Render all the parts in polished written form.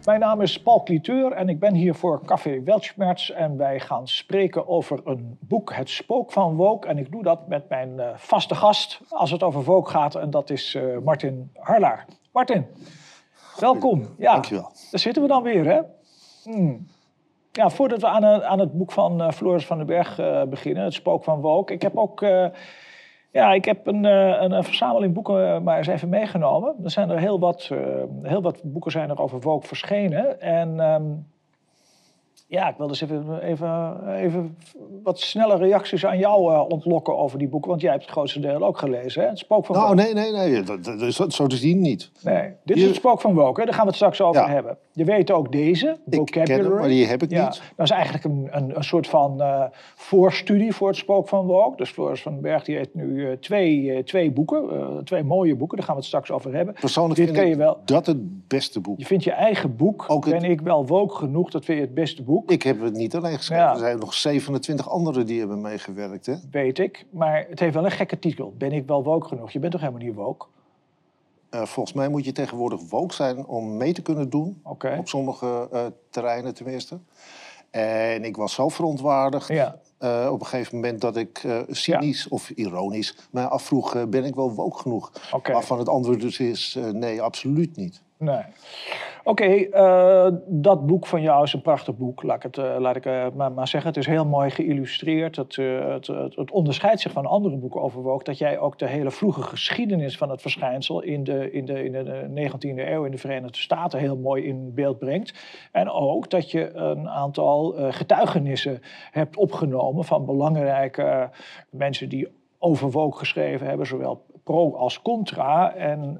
Mijn naam is Paul Cliteur en ik ben hier voor Café Weltschmerz. En wij gaan spreken over een boek, Het Spook van Woke. En ik doe dat met mijn vaste gast als het over Woke gaat. En dat is Martin Harlaar. Martin, welkom. Ja, dankjewel. Daar zitten we dan weer, hè? Ja, voordat we aan het boek van Floris van den Berg beginnen, Het Spook van Woke. Ik heb ook... ik heb een verzameling boeken maar eens even meegenomen. Er zijn er heel wat boeken zijn er over woke verschenen. En ik wil dus even wat snelle reacties aan jou ontlokken over die boeken. Want jij hebt het grootste deel ook gelezen, hè? Het Spook van Woke. Nee. Dat is zo te zien niet. Nee, dit is Het Spook van Woke, hè? Daar gaan we het straks over hebben. Je weet ook deze, Vocabulary. Ik ken hem, maar die heb ik niet. Dat is eigenlijk een soort van voorstudie voor Het Spook van Woke. Dus Floris van den Berg die heeft nu twee boeken, twee mooie boeken. Daar gaan we het straks over hebben. Persoonlijk vind ik dat het beste boek. Je vindt je eigen boek, ook ben ik wel woke genoeg, dat vind je het beste boek. Ik heb het niet alleen geschreven. Er zijn nog 27 anderen die hebben meegewerkt. Hè? Weet ik, maar het heeft wel een gekke titel. Ben ik wel woke genoeg? Je bent toch helemaal niet woke? Volgens mij moet je tegenwoordig woke zijn om mee te kunnen doen. Okay. Op sommige terreinen tenminste. En ik was zo verontwaardigd op een gegeven moment dat ik cynisch of ironisch mij afvroeg, ben ik wel woke genoeg? Okay. Waarvan het antwoord dus is, nee, absoluut niet. Nee. Oké, dat boek van jou is een prachtig boek, laat ik maar zeggen. Het is heel mooi geïllustreerd. Het onderscheidt zich van andere boeken over woke, dat jij ook de hele vroege geschiedenis van het verschijnsel in de 19e eeuw in de Verenigde Staten heel mooi in beeld brengt. En ook dat je een aantal getuigenissen hebt opgenomen van belangrijke mensen die over woke geschreven hebben, zowel pro als contra. En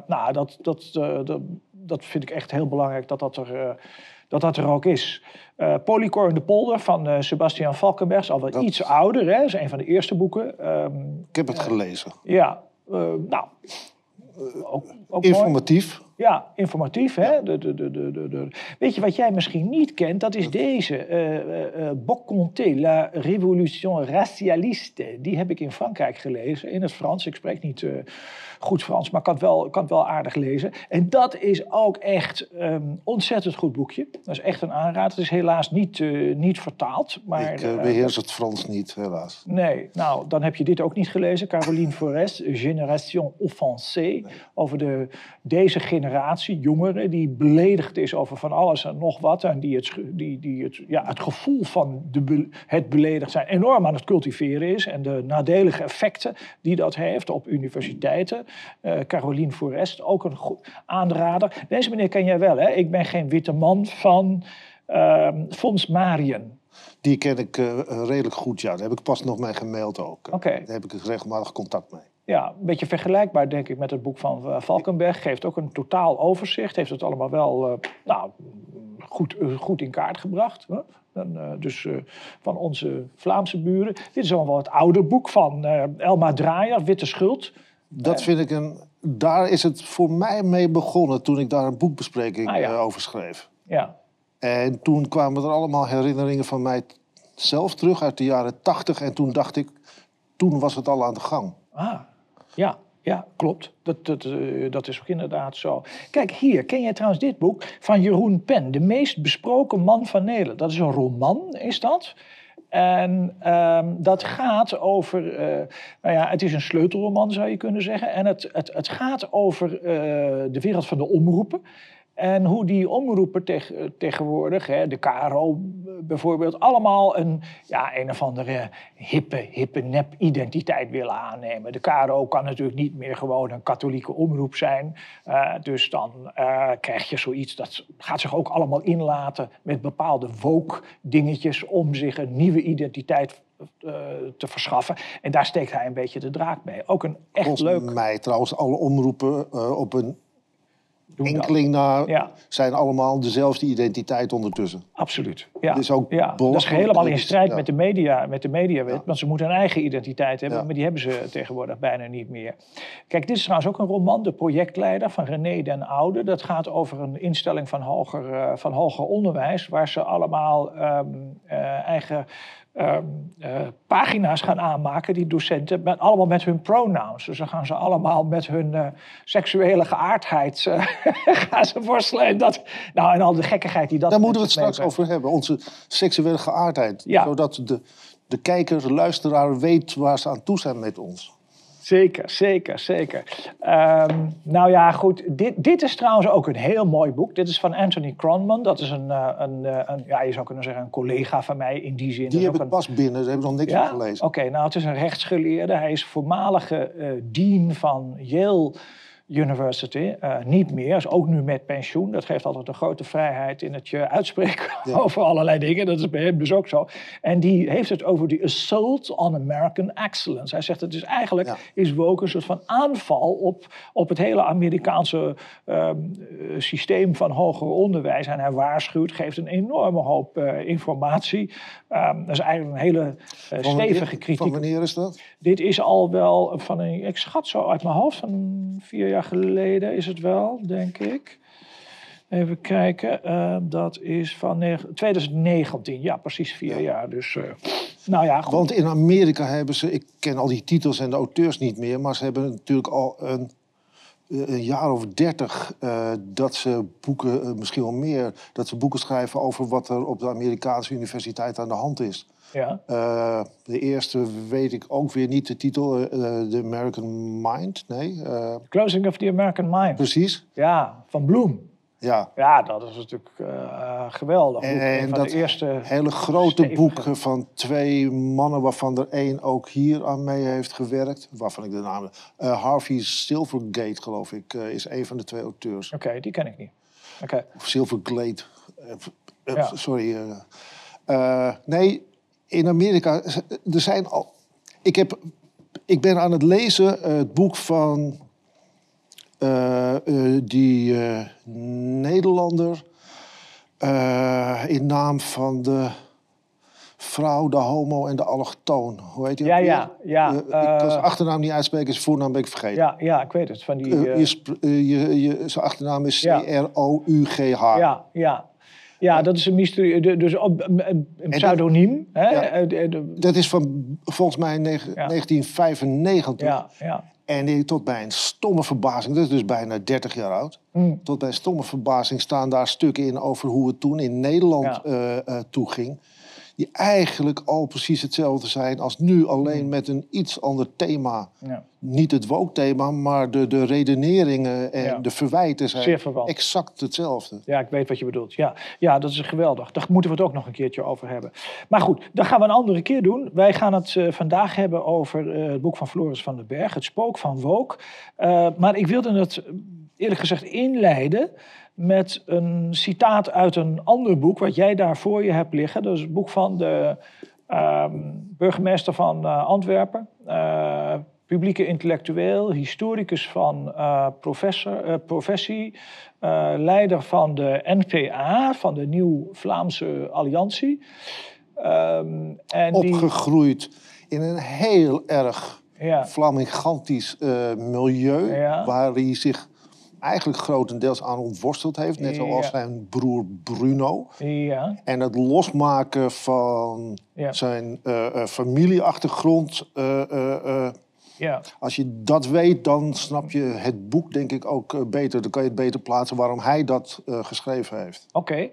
dat vind ik echt heel belangrijk dat er ook is. Polycor in de polder van Sebastian Valkenberg is al wel iets ouder. Hè? Dat is een van de eerste boeken. Ik heb het gelezen. Ja, ook informatief. Mooi. Ja, informatief. Hè? Weet je wat jij misschien niet kent? Dat is deze. Bocconté, La Révolution racialiste. Die heb ik in Frankrijk gelezen, in het Frans. Ik spreek niet goed Frans, maar kan het wel aardig lezen. En dat is ook echt ontzettend goed boekje. Dat is echt een aanrader. Het is helaas niet vertaald. Maar, ik beheers het Frans niet, helaas. Nee, nou, dan heb je dit ook niet gelezen. Caroline Forest, Génération Offensée. Nee. Over deze generatie jongeren die beledigd is over van alles en nog wat. En die het gevoel van het beledigd zijn enorm aan het cultiveren is. En de nadelige effecten die dat heeft op universiteiten. Caroline Forest, ook een goed aanrader. Deze meneer ken jij wel, hè? Ik ben geen witte man van Fons Mariën. Die ken ik redelijk goed, ja. Daar heb ik pas nog mee gemaild ook. Okay. Daar heb ik regelmatig contact mee. Ja, een beetje vergelijkbaar denk ik met het boek van Valkenberg. Geeft ook een totaal overzicht. Heeft het allemaal wel goed in kaart gebracht. Hè? Dus van onze Vlaamse buren. Dit is allemaal wel het oude boek van Elma Draaier, Witte Schuld. Dat vind ik daar is het voor mij mee begonnen toen ik daar een boekbespreking over schreef. Ja. En toen kwamen er allemaal herinneringen van mij zelf terug uit de jaren 80. En toen dacht ik, toen was het al aan de gang. Ja, klopt. Dat is ook inderdaad zo. Kijk, hier, ken jij trouwens dit boek van Jeroen Pen? De meest besproken man van Nederland. Dat is een roman, is dat? En dat gaat over... het is een sleutelroman, zou je kunnen zeggen. En het gaat over de wereld van de omroepen. En hoe die omroepen tegenwoordig, de KRO bijvoorbeeld, allemaal een of andere hippe nep-identiteit willen aannemen. De KRO kan natuurlijk niet meer gewoon een katholieke omroep zijn. Dus dan krijg je zoiets, dat gaat zich ook allemaal inlaten met bepaalde woke-dingetjes om zich een nieuwe identiteit te verschaffen. En daar steekt hij een beetje de draak mee. Ook een echt leuk... Volgens mij trouwens alle omroepen op een enkeling na zijn allemaal dezelfde identiteit ondertussen. Absoluut. Ja. Dus ook dat is helemaal in strijd met de mediawet. Want ze moeten een eigen identiteit hebben, maar die hebben ze tegenwoordig bijna niet meer. Kijk, dit is trouwens ook een roman, De Projectleider van René den Oude. Dat gaat over een instelling van hoger onderwijs, waar ze allemaal eigen pagina's gaan aanmaken, die docenten, allemaal met hun pronouns. Dus dan gaan ze allemaal met hun seksuele geaardheid gaan ze worstelen. En al de gekkigheid die dat... Daar moeten we het straks over hebben, onze seksuele geaardheid. Ja. Zodat de kijker, de luisteraar weet waar ze aan toe zijn met ons. Zeker. Nou ja, goed. Dit is trouwens ook een heel mooi boek. Dit is van Anthony Kronman. Dat is je zou kunnen zeggen, een collega van mij in die zin. Die heb ik pas binnen, daar heb ik nog niks van gelezen. Oké, nou het is een rechtsgeleerde. Hij is voormalige dean van Yale University. Niet meer, is ook nu met pensioen. Dat geeft altijd een grote vrijheid in het je uitspreken over allerlei dingen. Dat is bij hem dus ook zo. En die heeft het over de assault on American excellence. Hij zegt het is eigenlijk is woke een soort van aanval op het hele Amerikaanse systeem van hoger onderwijs. En hij waarschuwt, geeft een enorme hoop informatie. Dat is eigenlijk een hele stevige kritiek. Van wanneer is dat? Dit is al wel van ik schat zo uit mijn hoofd, van 4 jaar geleden is het wel, denk ik. Even kijken, dat is van 2019, ja precies 4 jaar. Dus, nou ja, goed. Want in Amerika hebben ze, ik ken al die titels en de auteurs niet meer, maar ze hebben natuurlijk al een jaar of 30 dat ze boeken, misschien wel meer, dat ze boeken schrijven over wat er op de Amerikaanse universiteit aan de hand is. Ja. De eerste weet ik ook weer niet de titel, The American Mind, nee. Closing of the American Mind. Precies. Ja, van Bloom. Ja, dat is natuurlijk geweldig. En dat hele grote boek van 2 mannen, waarvan er 1 ook hier aan mee heeft gewerkt. Waarvan ik de naam... Harvey Silverglade, geloof ik, is een van de 2 auteurs. Oké, die ken ik niet. Okay. Of Silverglade. Sorry. Nee, in Amerika, er zijn al... Ik ben aan het lezen het boek van... die Nederlander in naam van de vrouw, de homo en de allochtoon. Hoe heet hij? Ja. Ik kan zijn achternaam niet uitspreken, zijn voornaam ben ik vergeten. Ja, ik weet het. Van die, zijn achternaam is C-R-O-U-G-H. Ja, dat is een mysterie, dus een pseudoniem. Dat is van volgens mij 1995. Ja. En die tot bij een stomme verbazing, dat is dus bijna 30 jaar oud. Tot bij een stomme verbazing staan daar stukken in over hoe het toen in Nederland toeging. Die eigenlijk al precies hetzelfde zijn als nu, alleen met een iets ander thema. Ja. Niet het woke-thema, maar de redeneringen en de verwijten zijn exact hetzelfde. Ja, ik weet wat je bedoelt. Ja, dat is geweldig. Daar moeten we het ook nog een keertje over hebben. Maar goed, dat gaan we een andere keer doen. Wij gaan het vandaag hebben over het boek van Floris van den Berg, Het Spook van Woke. Maar ik wilde het eerlijk gezegd inleiden met een citaat uit een ander boek, wat jij daar voor je hebt liggen. Dat is het boek van de burgemeester van Antwerpen, publieke intellectueel, historicus van professie, leider van de NPA, van de Nieuw Vlaamse Alliantie. Opgegroeid in een heel erg Flamingantisch milieu, waar hij zich eigenlijk grotendeels aan ontworsteld heeft, net zoals zijn broer Bruno. Ja. En het losmaken van zijn familieachtergrond. Als je dat weet, dan snap je het boek denk ik ook beter. Dan kan je het beter plaatsen waarom hij dat geschreven heeft. Oké.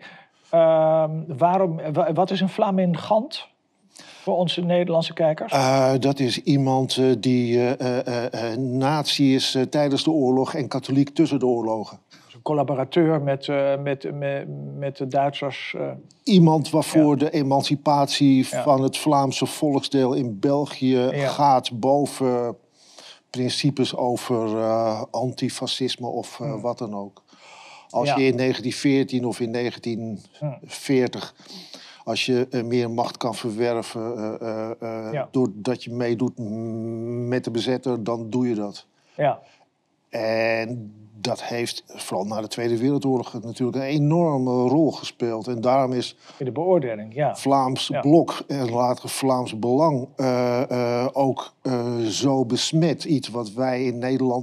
Wat is een Flamingant voor onze Nederlandse kijkers? Dat is iemand die nazi is tijdens de oorlog en katholiek tussen de oorlogen. Dus een collaborateur met de Duitsers. Iemand waarvoor de emancipatie van het Vlaamse volksdeel in België gaat boven principes over antifascisme of wat dan ook. Als je in 1914 of in 1940... Als je meer macht kan verwerven doordat je meedoet met de bezetter, dan doe je dat. Ja. En dat heeft, vooral na de Tweede Wereldoorlog, natuurlijk een enorme rol gespeeld. En daarom is in de beoordeling, Vlaams Blok en later Vlaams Belang ook zo besmet. Iets wat wij in Nederland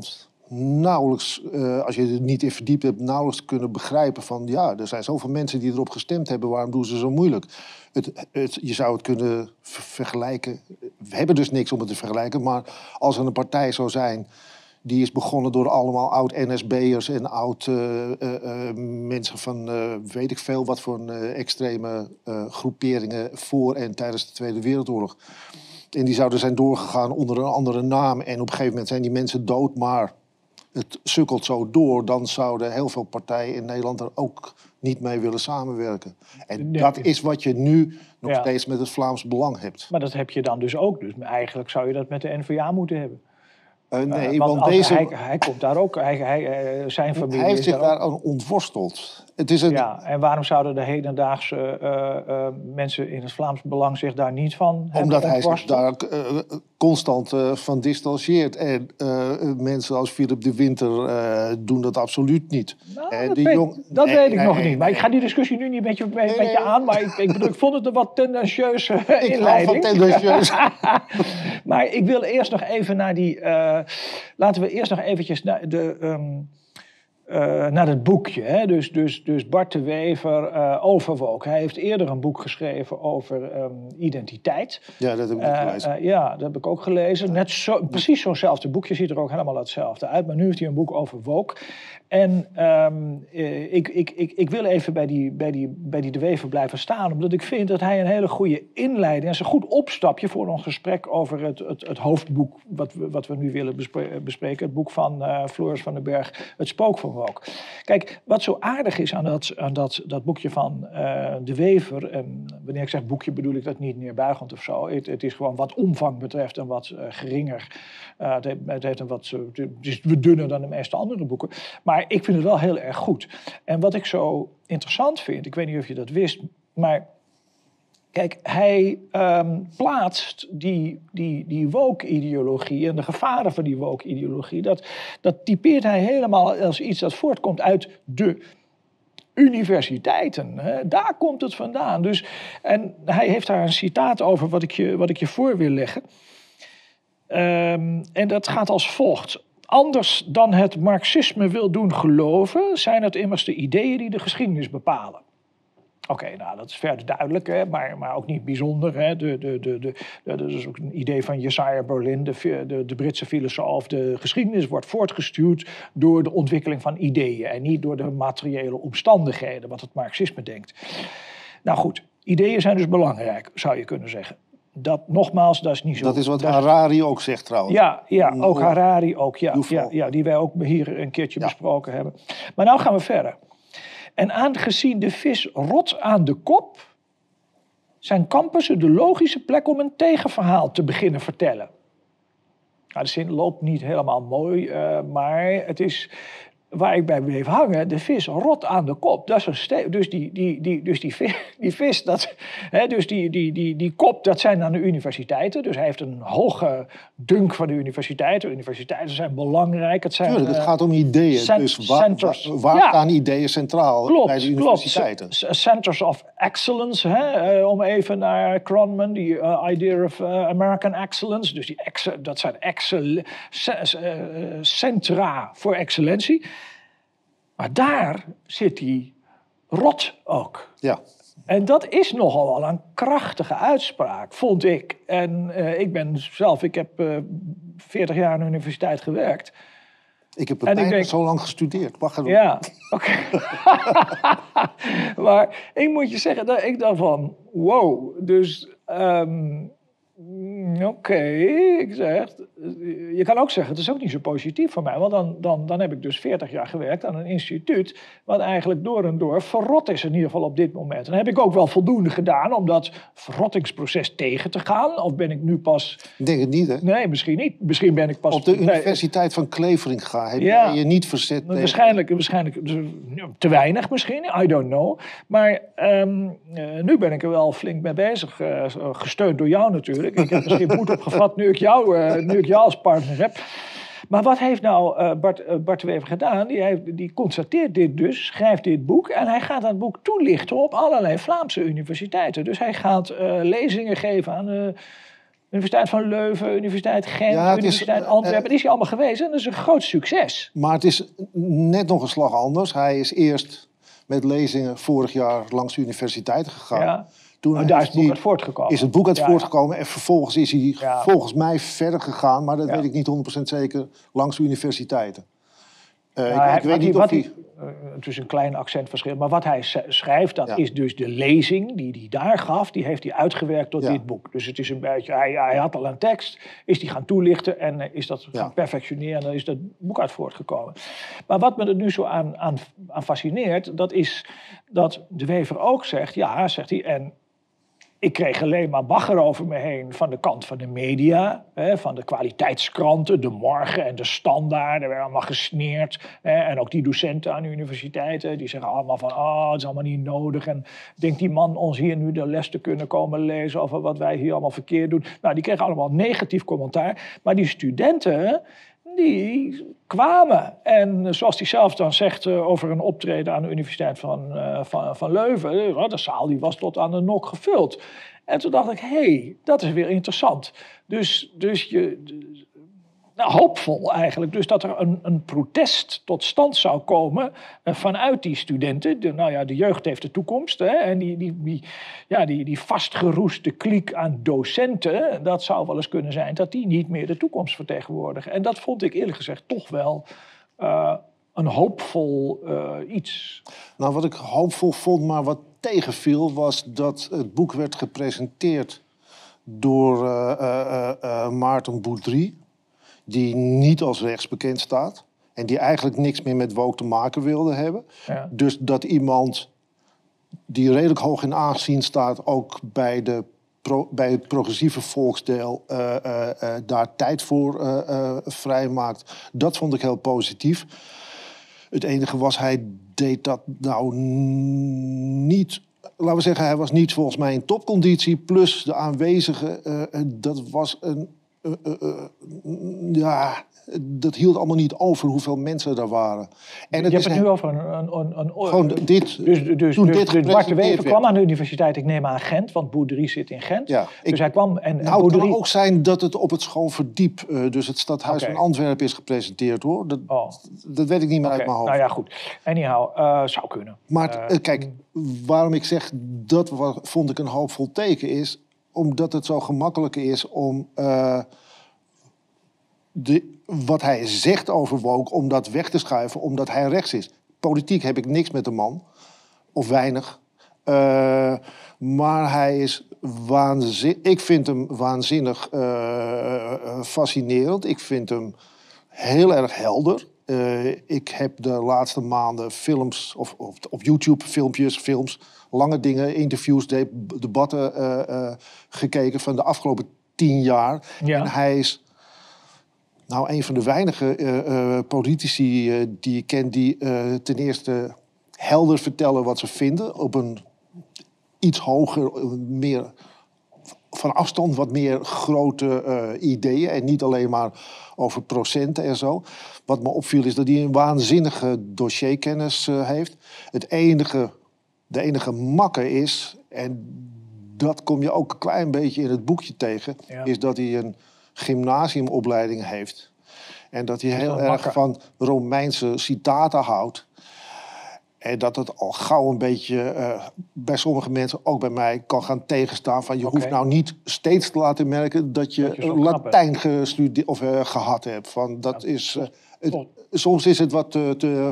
nauwelijks, als je er niet in verdiept hebt, nauwelijks kunnen begrijpen van... ja, er zijn zoveel mensen die erop gestemd hebben, waarom doen ze zo moeilijk? Je zou het kunnen vergelijken. We hebben dus niks om het te vergelijken, maar als er een partij zou zijn... die is begonnen door allemaal oud-NSB'ers en oud mensen van weet ik veel... wat voor extreme groeperingen voor en tijdens de Tweede Wereldoorlog. En die zouden zijn doorgegaan onder een andere naam. En op een gegeven moment zijn die mensen dood, maar het sukkelt zo door. Dan zouden heel veel partijen in Nederland er ook niet mee willen samenwerken. En dat is wat je nu nog steeds met het Vlaams Belang hebt. Maar dat heb je dan dus ook. Dus eigenlijk zou je dat met de N-VA moeten hebben. Nee, want deze... Hij komt daar ook, zijn familie... Hij heeft zich daar ontworsteld. Het is Ja, en waarom zouden de hedendaagse mensen in het Vlaams Belang zich daar niet van hebben Omdat hij ontworsteld? zich daar constant van distancieert. En mensen als Philip de Winter doen dat absoluut niet. Nou, dat weet ik nog niet. Maar ik ga die discussie nu niet met je aan. Maar ik vond het een wat tendentieuze inleiding. Ik hou van tendentieus. Maar ik wil eerst nog even naar die... laten we eerst nog eventjes naar naar het boekje. Hè? Dus Bart de Wever over woke. Hij heeft eerder een boek geschreven over identiteit. Ja, dat heb ik ook gelezen. Ja, dat heb ik ook gelezen. Precies zo'nzelfde boekje, ziet er ook helemaal hetzelfde uit. Maar nu heeft hij een boek over woke. En ik wil even bij die de Wever blijven staan. Omdat ik vind dat hij een hele goede inleiding... en is een goed opstapje voor een gesprek over het hoofdboek... wat we nu willen bespreken. Het boek van Floris van den Berg, Het Spook van Woke. Kijk, wat zo aardig is aan dat boekje van de Wever... en wanneer ik zeg boekje bedoel ik dat niet neerbuigend of zo. Het is gewoon wat omvang betreft een wat geringer. Het heeft een wat... het is dunner dan de meeste andere boeken. Maar ik vind het wel heel erg goed. En wat ik zo interessant vind, ik weet niet of je dat wist, maar kijk, hij plaatst die woke-ideologie en de gevaren van die woke-ideologie, dat typeert hij helemaal als iets dat voortkomt uit de universiteiten. Hè? Daar komt het vandaan. Dus, en hij heeft daar een citaat over wat ik je voor wil leggen. En dat gaat als volgt. Anders dan het marxisme wil doen geloven, zijn het immers de ideeën die de geschiedenis bepalen. Oké, nou dat is verder duidelijk, hè, maar ook niet bijzonder. Hè. Dat is ook een idee van Josiah Berlin, de Britse filosoof. De geschiedenis wordt voortgestuurd door de ontwikkeling van ideeën en niet door de materiële omstandigheden, wat het marxisme denkt. Nou goed, ideeën zijn dus belangrijk, zou je kunnen zeggen. Dat nogmaals, dat is niet zo... Dat is wat Harari ook zegt trouwens. Ja, ook Harari ook. Ja, die wij ook hier een keertje besproken hebben. Maar nou gaan we verder. En aangezien de vis rot aan de kop, zijn campussen de logische plek om een tegenverhaal te beginnen vertellen. Nou, de zin loopt niet helemaal mooi, maar het is... Waar ik bij bleef hangen, de vis rot aan de kop. Dat is een dus die vis, die kop, dat zijn dan de universiteiten. Dus hij heeft een hoge dunk van de universiteiten. De universiteiten zijn belangrijk. Tuurlijk, het gaat om ideeën. Dus waar staan ideeën centraal bij de universiteiten? Centers of excellence, hè? Om even naar Cronman, die idea of American excellence. Dus dat zijn centra voor excellentie. Maar daar zit die rot ook. Ja. En dat is nogal wel een krachtige uitspraak, vond ik. En ik heb 40 jaar aan de universiteit gewerkt. Ik heb bijna zo lang gestudeerd. Wacht even. Ja, oké. Maar ik moet je zeggen, dat ik dacht van, wow, dus... Oké, ik zeg, je kan ook zeggen, het is ook niet zo positief voor mij. Want dan heb ik dus 40 jaar gewerkt aan een instituut wat eigenlijk door en door verrot is, in ieder geval op dit moment. En dan heb ik ook wel voldoende gedaan om dat verrottingsproces tegen te gaan. Of ben ik nu pas... Ik denk het niet, hè? Nee, misschien niet. Misschien ben ik pas... Op de Universiteit van Cleveringa heb je niet verzet tegen... Waarschijnlijk te weinig misschien, I don't know. Maar nu ben ik er wel flink mee bezig, gesteund door jou natuurlijk. Ik heb misschien moed opgevat nu ik jou als partner heb. Maar wat heeft nou Bart de Wever gedaan? Die constateert dit dus, schrijft dit boek... en hij gaat dat boek toelichten op allerlei Vlaamse universiteiten. Dus hij gaat lezingen geven aan Universiteit van Leuven, Universiteit Gent, Universiteit Antwerpen. Is hij allemaal geweest en dat is een groot succes. Maar het is net nog een slag anders. Hij is eerst met lezingen vorig jaar langs de universiteiten gegaan. Ja. Toen daar is het boek uit voortgekomen. Is het boek uit voortgekomen en vervolgens is hij volgens mij verder gegaan, maar dat weet ik niet 100% zeker, langs de universiteiten. Ik weet niet of hij... Het is een klein accentverschil, maar wat hij schrijft, dat is dus de lezing die hij daar gaf, die heeft hij uitgewerkt tot dit boek. Dus het is een beetje, hij had al een tekst, is die gaan toelichten en is dat gaan perfectioneren en dan is dat boek uit voortgekomen. Maar wat me er nu zo aan fascineert, dat is dat De Wever ook zegt, zegt hij, en ik kreeg alleen maar bagger over me heen van de kant van de media, van de kwaliteitskranten, de Morgen en de Standaard. Er werd allemaal gesneerd. En ook die docenten aan de universiteiten, die zeggen allemaal van, het is allemaal niet nodig. En denkt die man ons hier nu de les te kunnen komen lezen over wat wij hier allemaal verkeerd doen. Nou, die kregen allemaal negatief commentaar. Maar die studenten, die kwamen. En zoals hij zelf dan zegt over een optreden aan de Universiteit van Leuven, de zaal die was tot aan de nok gevuld. En toen dacht ik, dat is weer interessant. Dus hoopvol eigenlijk. Dus dat er een protest tot stand zou komen vanuit die studenten. De jeugd heeft de toekomst. En die vastgeroeste kliek aan docenten, dat zou wel eens kunnen zijn dat die niet meer de toekomst vertegenwoordigen. En dat vond ik eerlijk gezegd toch wel een hoopvol iets. Nou, wat ik hoopvol vond, maar wat tegenviel, was dat het boek werd gepresenteerd door Maarten Boudry, die niet als rechts bekend staat en die eigenlijk niks meer met woke te maken wilde hebben. Ja. Dus dat iemand die redelijk hoog in aanzien staat, ook bij het progressieve volksdeel daar tijd voor vrijmaakt, dat vond ik heel positief. Het enige was, hij deed dat nou niet. Laten we zeggen, hij was niet volgens mij in topconditie. Plus de aanwezigen, dat was een... dat hield allemaal niet over hoeveel mensen er waren. En je hebt het nu over gewoon dit. Dus Bart de Wever kwam aan de universiteit, ik neem aan Gent, want Boudry zit in Gent. Ja, dus hij kwam en Boudry... Het kan ook zijn dat het op het Schoonverdiep, dus het stadhuis van Antwerpen, is gepresenteerd, hoor. Dat weet ik niet meer uit mijn hoofd. Nou ja, goed. Anyhow, zou kunnen. Maar kijk, waarom ik zeg, dat vond ik een hoopvol teken is, omdat het zo gemakkelijk is om wat hij zegt over woke, om dat weg te schuiven, omdat hij rechts is. Politiek heb ik niks met de man, of weinig. Maar hij is waanzinnig. Ik vind hem waanzinnig fascinerend. Ik vind hem heel erg helder. Ik heb de laatste maanden films, of op YouTube films, lange dingen, interviews, debatten gekeken van de afgelopen 10 jaar. Ja. En hij is een van de weinige politici die ik ken die ten eerste helder vertellen wat ze vinden, op een iets hoger, meer van afstand, wat meer grote ideeën en niet alleen maar over procenten en zo. Wat me opviel is dat hij een waanzinnige dossierkennis heeft. De enige makker is, en dat kom je ook een klein beetje in het boekje tegen, is dat hij een gymnasiumopleiding heeft. En dat hij heel erg van Romeinse citaten houdt. En dat het al gauw een beetje bij sommige mensen, ook bij mij, kan gaan tegenstaan. Van je hoeft nou niet steeds te laten merken dat je Latijn gestudeerd of gehad hebt. Van, dat is, soms is het wat te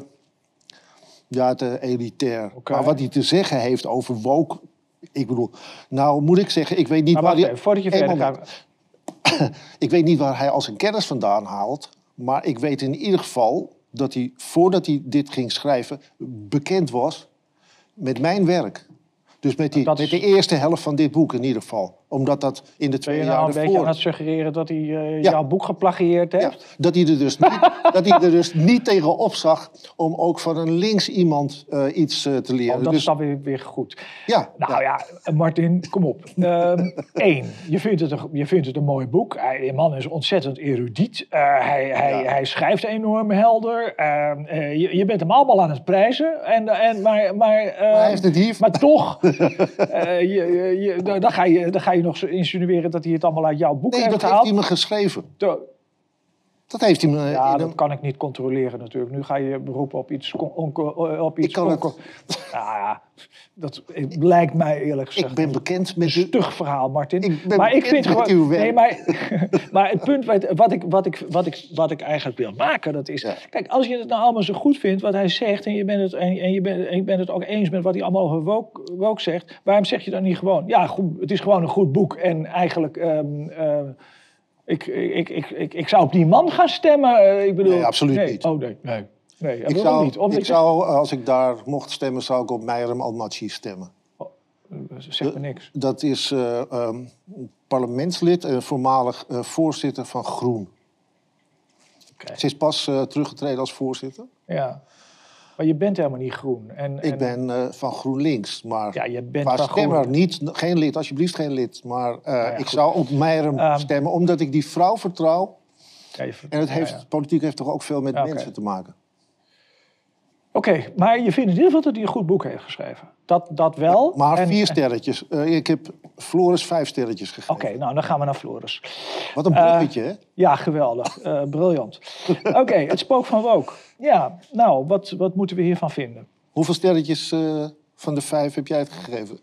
elitair. Maar wat hij te zeggen heeft over woke, ik bedoel, nou moet ik zeggen, ik weet niet waar hij... Voordat je verder gaat... Ik weet niet waar hij al zijn kennis vandaan haalt. Maar ik weet in ieder geval dat hij, voordat hij dit ging schrijven, bekend was met mijn werk. Dus met de eerste helft van dit boek in ieder geval. Omdat dat in de 2 jaar ervoor... Ben je nou een beetje aan het suggereren dat hij jouw boek geplagieerd heeft? Ja, dat hij er dus niet tegen opzag om ook van een links iemand iets te leren. Dat is dan weer goed. Ja. Nou ja, Martin, kom op. 1, je vindt het een mooi boek. De man is ontzettend erudiet. Hij schrijft enorm helder. Je bent hem allemaal aan het prijzen. Maar hij heeft het hier. Maar toch, dan ga je nog zo insinueren dat hij het allemaal uit jouw boek heeft gehaald? Nee, dat heeft hij me geschreven. Dat heeft hij me... dat kan ik niet controleren natuurlijk. Nu ga je beroepen op iets... dat lijkt mij eerlijk gezegd... Ik ben bekend met... Een stug verhaal, Martin. Ik vind gewoon... Uw werk. Nee, maar het punt wat ik eigenlijk wil maken, dat is... Ja. Kijk, als je het nou allemaal zo goed vindt, wat hij zegt... en je bent het ook eens met wat hij allemaal over woke zegt... waarom zeg je dan niet gewoon... Ja, goed, het is gewoon een goed boek en eigenlijk... Ik zou op die man gaan stemmen. Ik bedoel, nee, absoluut niet. Oh, nee, ik zou, als ik daar mocht stemmen, zou ik op Meirem Almaty stemmen. Oh, zeg me niks. Dat is parlementslid en voormalig voorzitter van Groen. Okay. Ze is pas teruggetreden als voorzitter. Ja. Maar je bent helemaal niet groen. Ik ben van GroenLinks, maar ja, je bent qua stemmer niet. Geen lid, alsjeblieft geen lid. Maar ik zou op Meirem stemmen, omdat ik die vrouw vertrouw. Ja, en het heeft, politiek heeft toch ook veel met mensen te maken. Oké, maar je vindt in ieder geval dat hij een goed boek heeft geschreven. Dat wel. Ja, maar 4 sterretjes. Ik heb Floris 5 sterretjes gegeven. Oké, nou dan gaan we naar Floris. Wat een bruggetje, hè? Ja, geweldig. Briljant. Oké, het spook van woke. Ja, nou, wat moeten we hiervan vinden? Hoeveel sterretjes van de 5 heb jij het gegeven?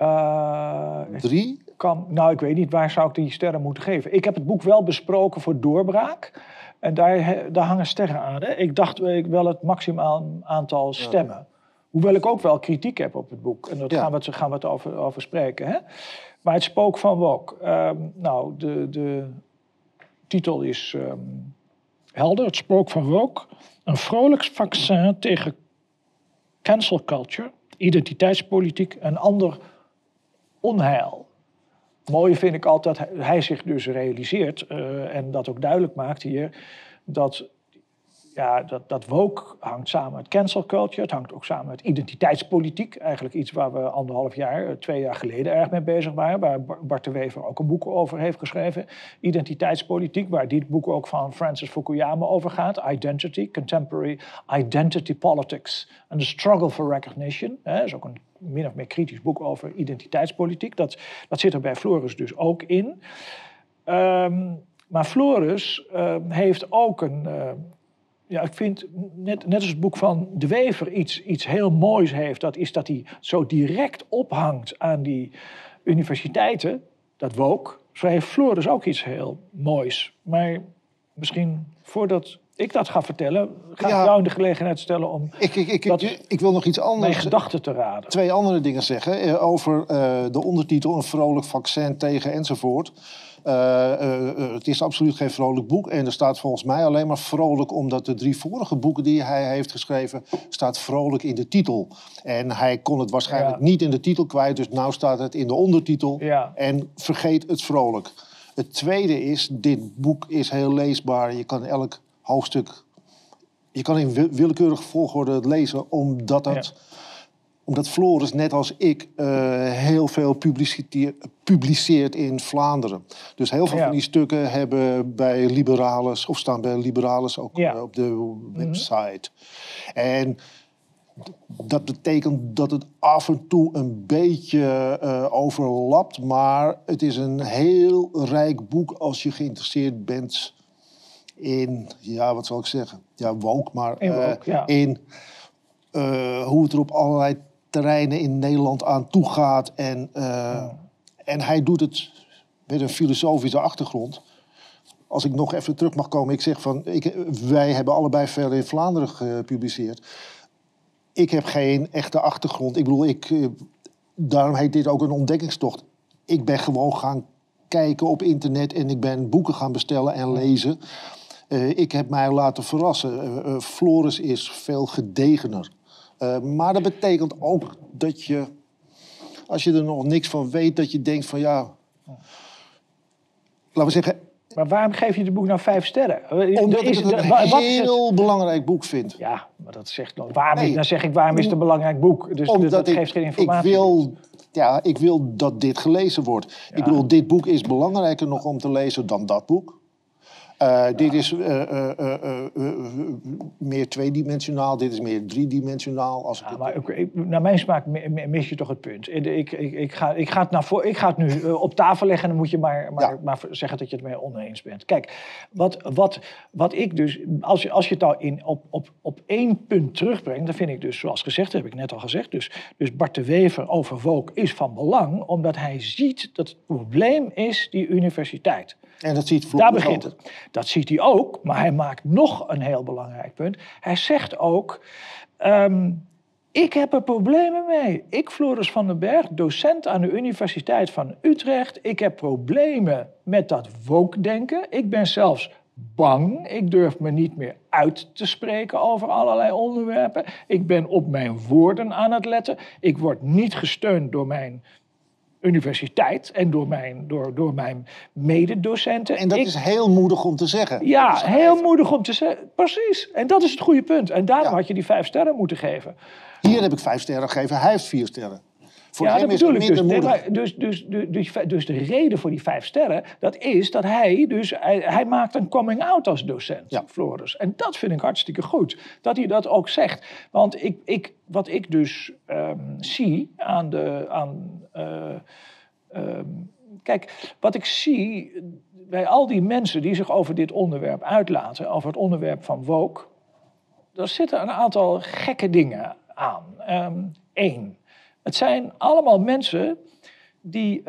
3? Nou, ik weet niet, waar zou ik die sterren moeten geven? Ik heb het boek wel besproken voor Doorbraak. En daar hangen sterren aan. Hè? Ik dacht wel het maximaal aantal stemmen. Ja. Hoewel ik ook wel kritiek heb op het boek. En daar gaan we het over spreken. Hè? Maar het spook van woke. Nou, de titel is helder. Het spook van woke. Een vrolijk vaccin tegen cancel culture, identiteitspolitiek en ander onheil. Mooie vind ik altijd dat hij zich dus realiseert en dat ook duidelijk maakt hier dat woke hangt samen met cancel culture. Het hangt ook samen met identiteitspolitiek. Eigenlijk iets waar we 2 jaar geleden erg mee bezig waren. Waar Bart de Wever ook een boek over heeft geschreven. Identiteitspolitiek, waar dit boek ook van Francis Fukuyama over gaat. Identity, Contemporary Identity Politics and the Struggle for Recognition. Dat is ook een min of meer kritisch boek over identiteitspolitiek. Dat zit er bij Floris dus ook in. Maar Floris heeft ook een... ik vind, net als het boek van De Wever iets heel moois heeft... dat is dat hij zo direct ophangt aan die universiteiten, dat woke. Zo heeft Floris ook iets heel moois. Maar misschien voordat ik dat ga vertellen... ga ik jou in de gelegenheid stellen om ik wil nog iets anders, mijn gedachten te raden. 2 andere dingen zeggen over de ondertitel... Een vrolijk vaccin tegen enzovoort... het is absoluut geen vrolijk boek. En er staat volgens mij alleen maar vrolijk... omdat de 3 vorige boeken die hij heeft geschreven... staat vrolijk in de titel. En hij kon het waarschijnlijk niet in de titel kwijt... dus nu staat het in de ondertitel. Ja. En vergeet het vrolijk. Het tweede is, dit boek is heel leesbaar. Je kan elk hoofdstuk... je kan in willekeurige volgorde het lezen... omdat Floris, net als ik, heel veel publiceert in Vlaanderen. Dus heel veel van die stukken hebben bij Liberalis... of staan bij Liberalis ook op de website. En dat betekent dat het af en toe een beetje overlapt... maar het is een heel rijk boek als je geïnteresseerd bent in... wat zal ik zeggen? Ja, woke, maar in hoe het er op allerlei... terreinen in Nederland aan toe gaat. En hij doet het met een filosofische achtergrond. Als ik nog even terug mag komen. Ik zeg wij hebben allebei veel in Vlaanderen gepubliceerd. Ik heb geen echte achtergrond. Ik bedoel, daarom heet dit ook een ontdekkingstocht. Ik ben gewoon gaan kijken op internet... en ik ben boeken gaan bestellen en lezen. Ik heb mij laten verrassen. Floris is veel gedegener. Maar dat betekent ook dat je, als je er nog niks van weet, dat je denkt van laten we zeggen... Maar waarom geef je het boek nou 5 sterren? Omdat ik het een heel belangrijk boek vind. Ja, maar dat zegt nog... Dan zeg ik, waarom is het een belangrijk boek? Dus dat geeft geen informatie. Ik wil dat dit gelezen wordt. Ja. Ik bedoel, dit boek is belangrijker nog om te lezen dan dat boek. Dit is meer tweedimensionaal, dit is meer driedimensionaal. Naar mijn smaak mis je toch het punt. Ik ga het nu op tafel leggen en dan moet je maar zeggen dat je het mee oneens bent. Kijk, wat ik dus, als je het nou op één punt terugbrengt, dan vind ik dus, zoals gezegd, heb ik net al gezegd, dus Bart de Wever over woke is van belang, omdat hij ziet dat het probleem is die universiteit. En dat ziet daar begint het. Dat ziet hij ook, maar hij maakt nog een heel belangrijk punt. Hij zegt ook, ik heb er problemen mee. Ik, Floris van den Berg, docent aan de Universiteit van Utrecht. Ik heb problemen met dat woke-denken. Ik ben zelfs bang. Ik durf me niet meer uit te spreken over allerlei onderwerpen. Ik ben op mijn woorden aan het letten. Ik word niet gesteund door mijn universiteit en door mijn mededocenten. En dat is heel moedig om te zeggen. Ja, heel moedig om te zeggen. Precies. En dat is het goede punt. En daarom had je die 5 sterren moeten geven. Hier heb ik 5 sterren gegeven. Hij heeft 4 sterren. Voor hem dat is het bedoel minder ik moedig. Dus de reden voor die 5 sterren, dat is dat hij maakt een coming out als docent, Floris. En dat vind ik hartstikke goed, dat hij dat ook zegt. Want wat ik dus zie kijk, wat ik zie bij al die mensen die zich over dit onderwerp uitlaten, over het onderwerp van woke, daar zitten een aantal gekke dingen aan. 1. Het zijn allemaal mensen die,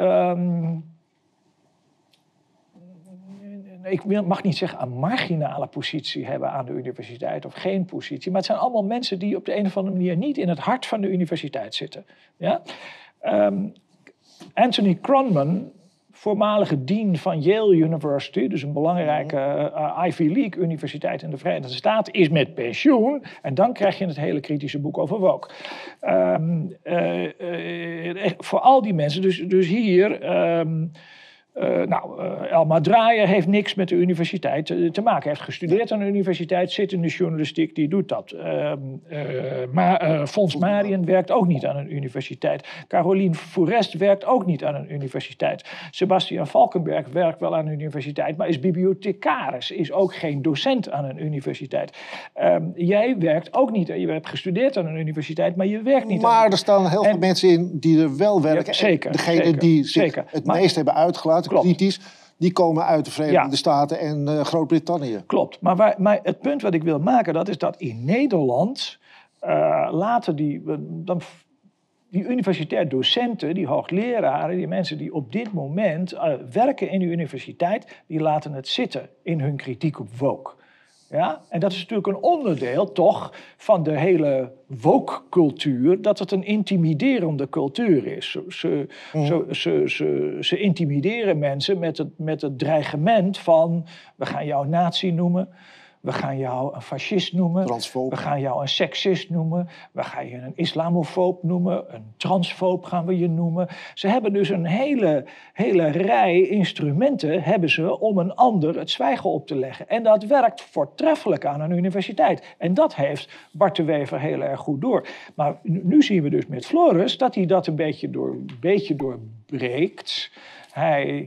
ik mag niet zeggen een marginale positie hebben aan de universiteit of geen positie, maar het zijn allemaal mensen die op de een of andere manier niet in het hart van de universiteit zitten. Ja? Anthony Kronman, voormalige dean van Yale University, dus een belangrijke Ivy League universiteit in de Verenigde Staten, is met pensioen. En dan krijg je het hele kritische boek over woke. Voor al die mensen, dus hier, Elma Draaier heeft niks met de universiteit te maken. Hij heeft gestudeerd aan de universiteit, zit in de journalistiek, die doet dat. Maar Fons Mariën werkt ook niet aan een universiteit. Caroline Fourest werkt ook niet aan een universiteit. Sebastian Valkenberg werkt wel aan een universiteit, maar is bibliothecaris, is ook geen docent aan een universiteit. Jij werkt ook niet, je hebt gestudeerd aan een universiteit, maar je werkt niet Maar er staan heel veel mensen in die er wel werken. Ja, zeker. Degene die zich het meest hebben uitgelaten, kritisch, die komen uit de Verenigde Staten en Groot-Brittannië. Klopt, maar het punt wat ik wil maken, dat is dat in Nederland laten die universitair docenten, die hoogleraren, die mensen die op dit moment werken in de universiteit, die laten het zitten in hun kritiek op woke. Ja? En dat is natuurlijk een onderdeel toch van de hele woke-cultuur, dat het een intimiderende cultuur is. Ze intimideren mensen met het dreigement van, we gaan jou nazi noemen, we gaan jou een fascist noemen, we gaan jou een seksist noemen, we gaan je een islamofoob noemen, een transfoob gaan we je noemen. Ze hebben dus een hele rij instrumenten hebben ze om een ander het zwijgen op te leggen. En dat werkt voortreffelijk aan een universiteit. En dat heeft Bart de Wever heel erg goed door. Maar nu zien we dus met Floris dat hij dat een beetje doorbreekt. Hij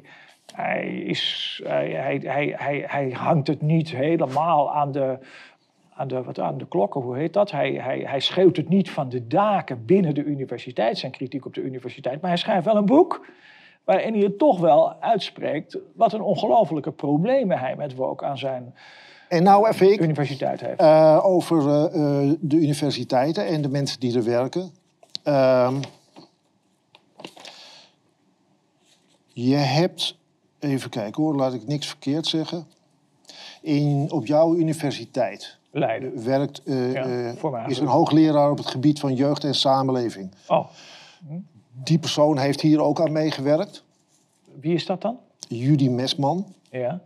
hangt het niet helemaal aan de klokken, hoe heet dat? Hij schreeuwt het niet van de daken binnen de universiteit, zijn kritiek op de universiteit. Maar hij schrijft wel een boek waarin hij het toch wel uitspreekt wat een ongelofelijke problemen hij met woke aan zijn universiteit heeft. Over de universiteiten en de mensen die er werken. Je hebt... Even kijken hoor, laat ik niks verkeerd zeggen. Op jouw universiteit Leiden werkt, is een hoogleraar op het gebied van jeugd en samenleving. Oh. Die persoon heeft hier ook aan meegewerkt. Wie is dat dan? Judy Mesman. Ja.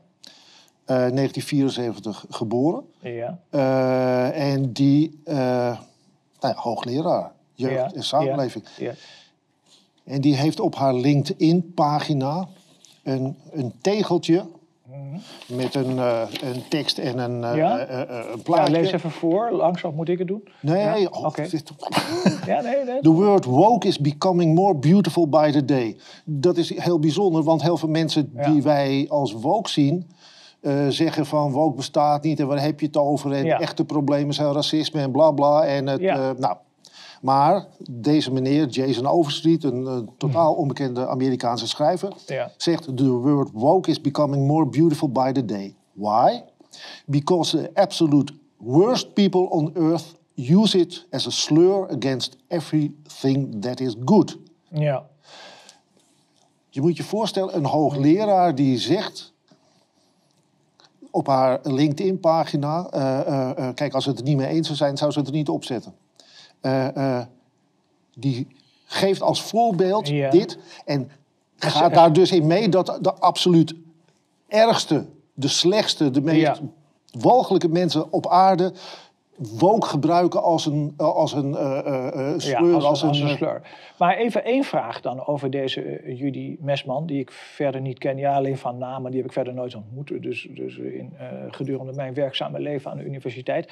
1974 geboren. Ja. En die, hoogleraar jeugd en samenleving. Ja. En die heeft op haar LinkedIn-pagina een tegeltje met een tekst en een plaatje. Ja, lees even voor. Langzaam moet ik het doen. Nee, ja? Okay. Nee. The word woke is becoming more beautiful by the day. Dat is heel bijzonder, want heel veel mensen die wij als woke zien, zeggen van woke bestaat niet en waar heb je het over? En de echte problemen zijn racisme en bla bla. En nou. Maar deze meneer, Jason Overstreet, een totaal onbekende Amerikaanse schrijver, zegt: The word woke is becoming more beautiful by the day. Why? Because the absolute worst people on earth use it as a slur against everything that is good. Ja. Je moet je voorstellen, een hoogleraar die zegt op haar LinkedIn-pagina, kijk, als ze het er niet mee eens zou zijn, zou ze het er niet opzetten. Die geeft als voorbeeld dit en gaat daar dus in mee dat de absoluut ergste, de slechtste, de meest walgelijke mensen op aarde woke gebruiken als een sleur. Als een sleur. Maar even één vraag dan over deze Judy Mesman, die ik verder niet ken. Ja, alleen van namen, die heb ik verder nooit ontmoet. Dus gedurende mijn werkzame leven aan de universiteit.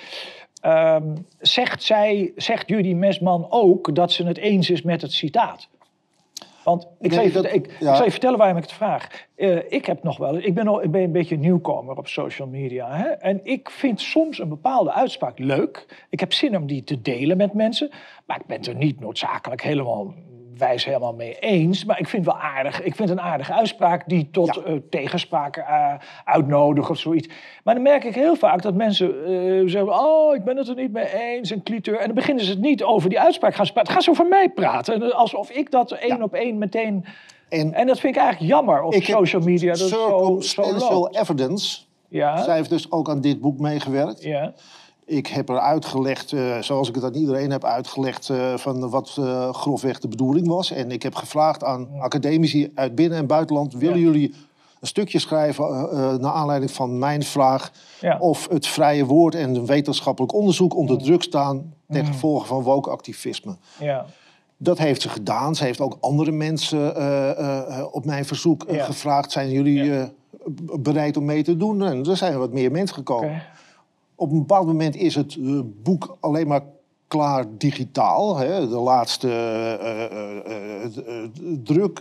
Zegt Judy Mesman ook dat ze het eens is met het citaat? Want ik zal je vertellen waarom ik het vraag. Ik ben een beetje nieuwkomer op social media. Hè? En ik vind soms een bepaalde uitspraak leuk. Ik heb zin om die te delen met mensen. Maar ik ben het er niet noodzakelijk helemaal mee eens. Maar ik vind het wel aardig. Ik vind een aardige uitspraak die tot tegenspraak uitnodigen of zoiets. Maar dan merk ik heel vaak dat mensen zeggen: oh, ik ben het er niet mee eens, een cliteur. En dan beginnen ze het niet over die uitspraak gaan praten. Gaan ze over mij praten. Alsof ik dat één op één meteen... En dat vind ik eigenlijk jammer op social media. Dat circumstantial evidence. Ja. Zij heeft dus ook aan dit boek meegewerkt. Ja. Ik heb er uitgelegd, zoals ik het aan iedereen heb uitgelegd, van wat grofweg de bedoeling was. En ik heb gevraagd aan academici uit binnen- en buitenland: willen jullie een stukje schrijven naar aanleiding van mijn vraag of het vrije woord en een wetenschappelijk onderzoek onder druk staan ten gevolge van woke-activisme? Ja. Dat heeft ze gedaan. Ze heeft ook andere mensen op mijn verzoek gevraagd: zijn jullie bereid om mee te doen? En er zijn wat meer mensen gekomen. Okay. Op een bepaald moment is het boek alleen maar klaar digitaal. Hè? De laatste druk.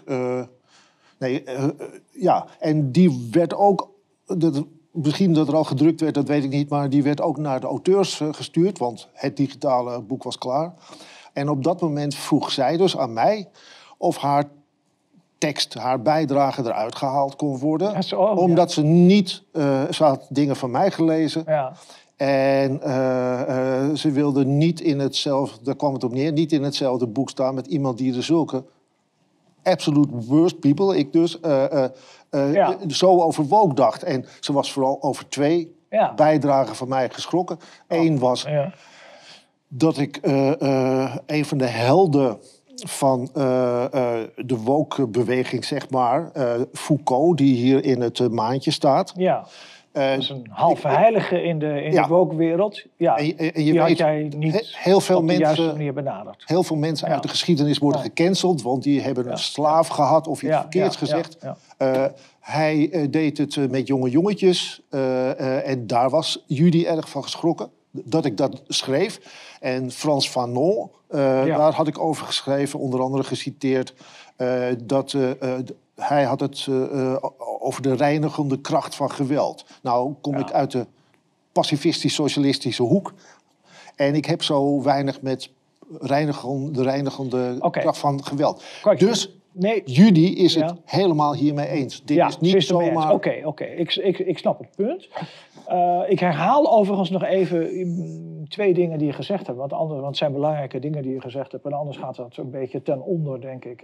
En die werd ook... Misschien dat er al gedrukt werd, dat weet ik niet. Maar die werd ook naar de auteurs gestuurd. Want het digitale boek was klaar. En op dat moment vroeg zij dus aan mij of haar tekst, haar bijdrage eruit gehaald kon worden. Omdat ze niet... ze had dingen van mij gelezen. Ja. En ze wilde niet in hetzelfde... Daar kwam het op neer. Niet in hetzelfde boek staan met iemand die er zulke... absolute worst people, ik dus... zo over woke dacht. En ze was vooral over twee bijdragen van mij geschrokken. Eén was dat ik een van de helden van de woke-beweging, zeg maar, Foucault, die hier in het maandje staat. Ja. Dat is een halve heilige in de woke-wereld. Ja, en je die weet, had jij niet heel veel op de mensen, juiste manier benaderd. Heel veel mensen uit de geschiedenis worden gecanceld, want die hebben een slaaf gehad of iets verkeerds gezegd. Hij deed het met jonge jongetjes en daar was Judy erg van geschrokken dat ik dat schreef. En Frans Fanon, daar had ik over geschreven, onder andere geciteerd, dat... hij had het over de reinigende kracht van geweld. Nou kom ik uit de pacifistisch-socialistische hoek. En ik heb zo weinig met de reinigende kracht van geweld. Kijk, dus Judy is het helemaal hiermee eens. Dit is niet zomaar... Oké. Ik snap het punt. Ik herhaal overigens nog even 2 dingen die je gezegd hebt. Want het zijn belangrijke dingen die je gezegd hebt. En anders gaat dat een beetje ten onder, denk ik,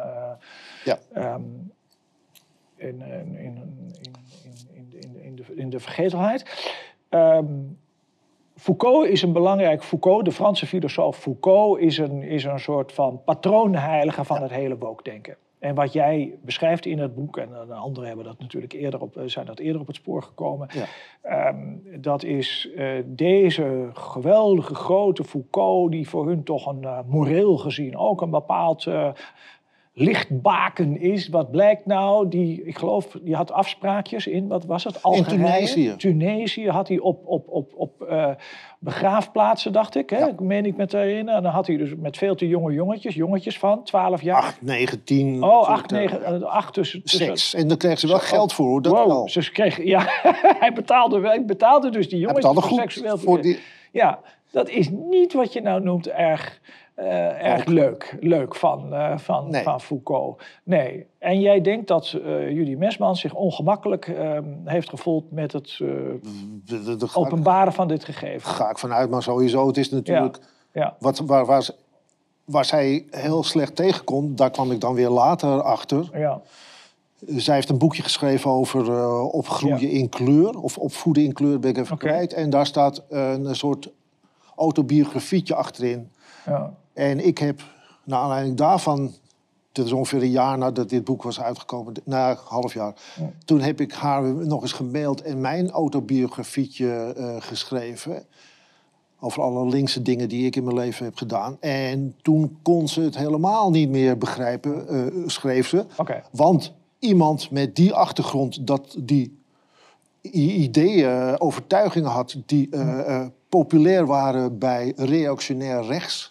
in de vergetelheid. Foucault is een belangrijk... Foucault, de Franse filosoof Foucault, is een soort van patroonheilige van het hele woke-denken. En wat jij beschrijft in het boek, en anderen hebben dat natuurlijk zijn eerder op het spoor gekomen. Ja. Dat is deze geweldige grote Foucault, die voor hun toch moreel gezien ook een bepaald lichtbaken is. Wat blijkt nou? Ik geloof, die had afspraakjes in, wat was het? Algerije. In Tunesië. Tunesië had hij op begraafplaatsen, dacht ik. Hè? Ja. Meen ik me te herinneren. En dan had hij dus met veel te jonge jongetjes van 12 jaar. 8, 9, 10. Oh, 8, 9, 8 tussen. Seks. En daar kregen ze wel geld voor, hoor. Dat wel. Ze kregen, ja, hij betaalde dus die jongens voor seksueel verkeer. Ja, dat is niet wat je nou noemt erg leuk van Foucault. Nee. En jij denkt dat Judy Mesman zich ongemakkelijk heeft gevoeld met het openbaren van dit gegeven. Daar ga ik vanuit, maar sowieso. Het is natuurlijk... Ja. Waar zij heel slecht tegen kon, daar kwam ik dan weer later achter. Ja. Zij heeft een boekje geschreven over opgroeien in kleur. Of opvoeden in kleur, ben ik even kwijt. En daar staat een soort autobiografietje achterin. Ja. En ik heb, naar aanleiding daarvan, dit is ongeveer een jaar nadat dit boek was uitgekomen, een half jaar. Ja. Toen heb ik haar nog eens gemaild en mijn autobiografietje geschreven. Over alle linkse dingen die ik in mijn leven heb gedaan. En toen kon ze het helemaal niet meer begrijpen, schreef ze. Okay. Want iemand met die achtergrond, dat die ideeën, overtuigingen had die populair waren bij reactionair rechts.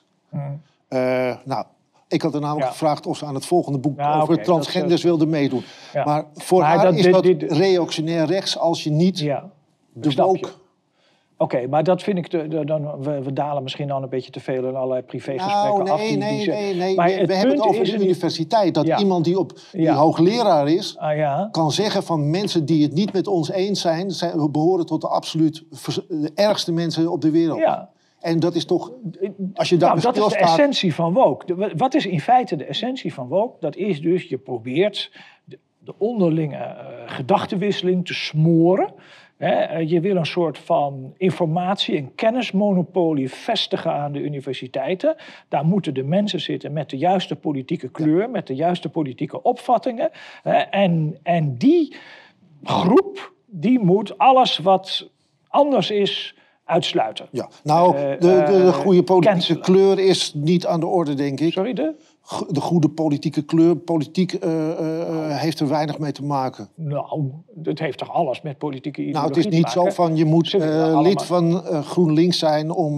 Ik had er namelijk gevraagd of ze aan het volgende boek over transgenders wilde meedoen. Ja. Maar voor haar is dat reactionair rechts als je niet de woke... Oké, maar dat vind ik... We dalen misschien dan een beetje te veel in allerlei privégesprekken af. Nee. Maar we hebben het over de universiteit. Dat iemand die hoogleraar is... kan zeggen van mensen die het niet met ons eens zijn... behoren tot de absoluut de ergste mensen op de wereld. Ja. En dat is toch... Als je daar dat is de essentie van woke. Wat is in feite de essentie van woke? Dat is dus, je probeert de onderlinge gedachtenwisseling te smoren... Je wil een soort van informatie- en kennismonopolie vestigen aan de universiteiten. Daar moeten de mensen zitten met de juiste politieke kleur, met de juiste politieke opvattingen. En die groep, die moet alles wat anders is uitsluiten. Ja, nou, de goede politieke kleur is niet aan de orde, denk ik. Sorry, de goede politieke kleur. Politiek heeft er weinig mee te maken. Nou, het heeft toch alles met politieke ideologie te maken? Nou, het is niet zo van je moet lid van GroenLinks zijn om...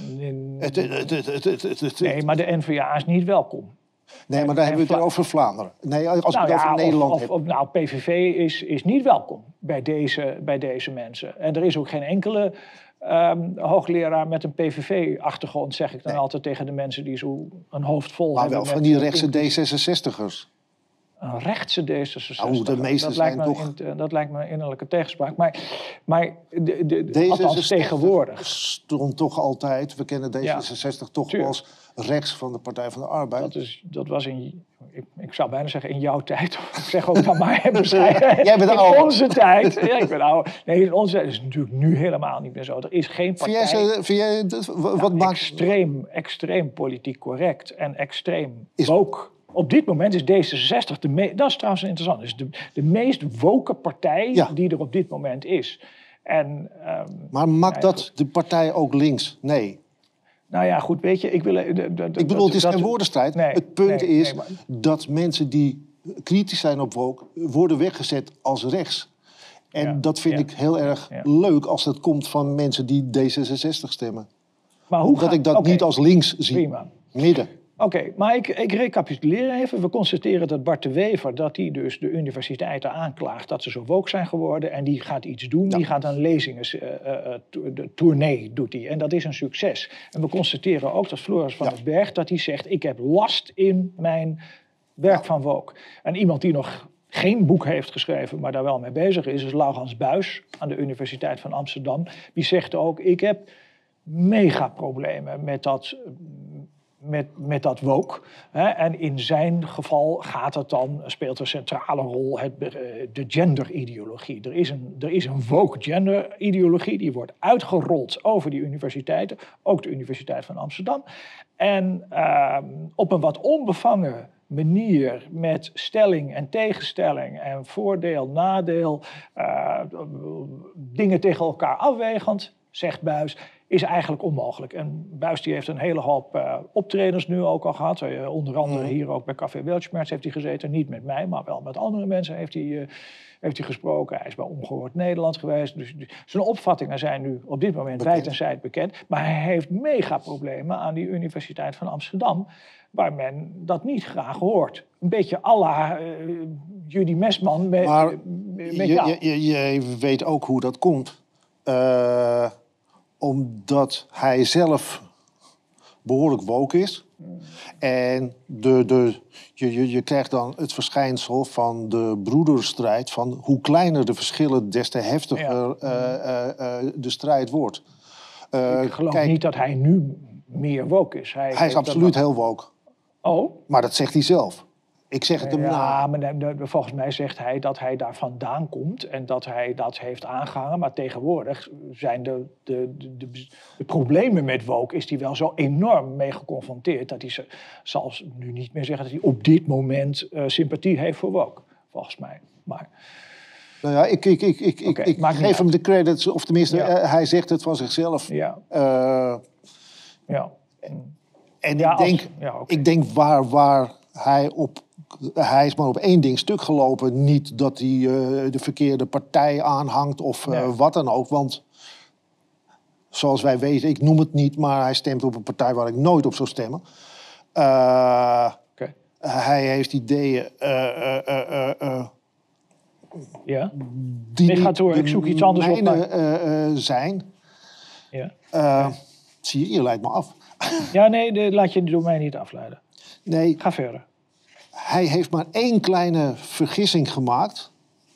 Nee, maar de N-VA is niet welkom. Nee, maar daar hebben we het over Vlaanderen. Nee, als we het over Nederland hebben. PVV is niet welkom bij deze mensen. En er is ook geen enkele... hoogleraar met een PVV-achtergrond, zeg ik dan altijd tegen de mensen die zo een hoofd vol hebben. Maar wel van die rechtse D66'ers. Een rechtse D66. Nou, de meeste zijn toch... Dat lijkt me een innerlijke tegenspraak. Maar althans tegenwoordig. Stond toch altijd, we kennen D66 toch als rechts van de Partij van de Arbeid. Dat was ik zou bijna zeggen in jouw tijd. Ik zeg ook dan maar Jij bent in onze tijd. Ja, ik ben oud. Nee, in onze tijd is het natuurlijk nu helemaal niet meer zo. Er is geen partij... Wat maakt... Extreem politiek correct en extreem woke. Op dit moment is D66 dat is trouwens interessant. Is de meest woke partij die er op dit moment is. Maar maakt dat de partij ook links? Nee. Nou ja, goed, weet je, ik bedoel, het is geen woordenstrijd. Het punt is dat mensen die kritisch zijn op woke worden weggezet als rechts. En dat vind ik heel erg leuk als dat komt van mensen die D66 stemmen. Maar omdat ik dat niet als links zie. Prima. Midden. Oké, maar ik recapituleer even. We constateren dat Bart de Wever, dat hij dus de universiteiten aanklaagt dat ze zo woke zijn geworden. En die gaat iets doen. Ja. Die gaat een lezingen-tournee, doet hij. En dat is een succes. En we constateren ook dat Floris van den Berg, dat hij zegt, ik heb last in mijn werk van woke. En iemand die nog geen boek heeft geschreven, maar daar wel mee bezig is Laurens Buys aan de Universiteit van Amsterdam. Die zegt ook, ik heb megaproblemen met dat woke. En in zijn geval speelt een centrale rol de genderideologie. Er is een woke genderideologie, die wordt uitgerold over die universiteiten, ook de Universiteit van Amsterdam. En op een wat onbevangen manier met stelling en tegenstelling en voordeel, nadeel, dingen tegen elkaar afwegend, zegt Buys, is eigenlijk onmogelijk. En Buys die heeft een hele hoop optredens nu ook al gehad. Onder andere hier ook bij Café Weltschmerz heeft hij gezeten. Niet met mij, maar wel met andere mensen heeft hij gesproken. Hij is bij Ongehoord Nederland geweest. Dus zijn opvattingen zijn nu op dit moment wijd en zijd bekend. Maar hij heeft mega problemen aan die Universiteit van Amsterdam, waar men dat niet graag hoort. Een beetje à la Judy Mesman met jou. Je weet ook hoe dat komt. Omdat hij zelf behoorlijk woke is. En je krijgt dan het verschijnsel van de broederstrijd. Van hoe kleiner de verschillen, des te heftiger de strijd wordt. Ik geloof niet dat hij nu meer woke is. Hij is absoluut heel woke. Oh? Maar dat zegt hij zelf. Ik zeg het hem na. Ja, maar volgens mij zegt hij dat hij daar vandaan komt en dat hij dat heeft aangehangen. Maar tegenwoordig zijn de problemen met woke is hij wel zo enorm mee geconfronteerd dat hij zal nu niet meer zeggen dat hij op dit moment sympathie heeft voor woke, volgens mij. Maar nou ja, ik geef hem de credits, of tenminste, hij zegt het van zichzelf. Ja. En ik denk waar hij op... Hij is maar op één ding stuk gelopen. Niet dat hij de verkeerde partij aanhangt of wat dan ook. Want zoals wij weten, ik noem het niet, maar hij stemt op een partij waar ik nooit op zou stemmen. Hij heeft ideeën... die gaat door, ik zoek iets anders op. Zijn. Zie je leidt me af. Ja, nee, laat je door mij niet afleiden. Nee. Ga verder. Hij heeft maar één kleine vergissing gemaakt.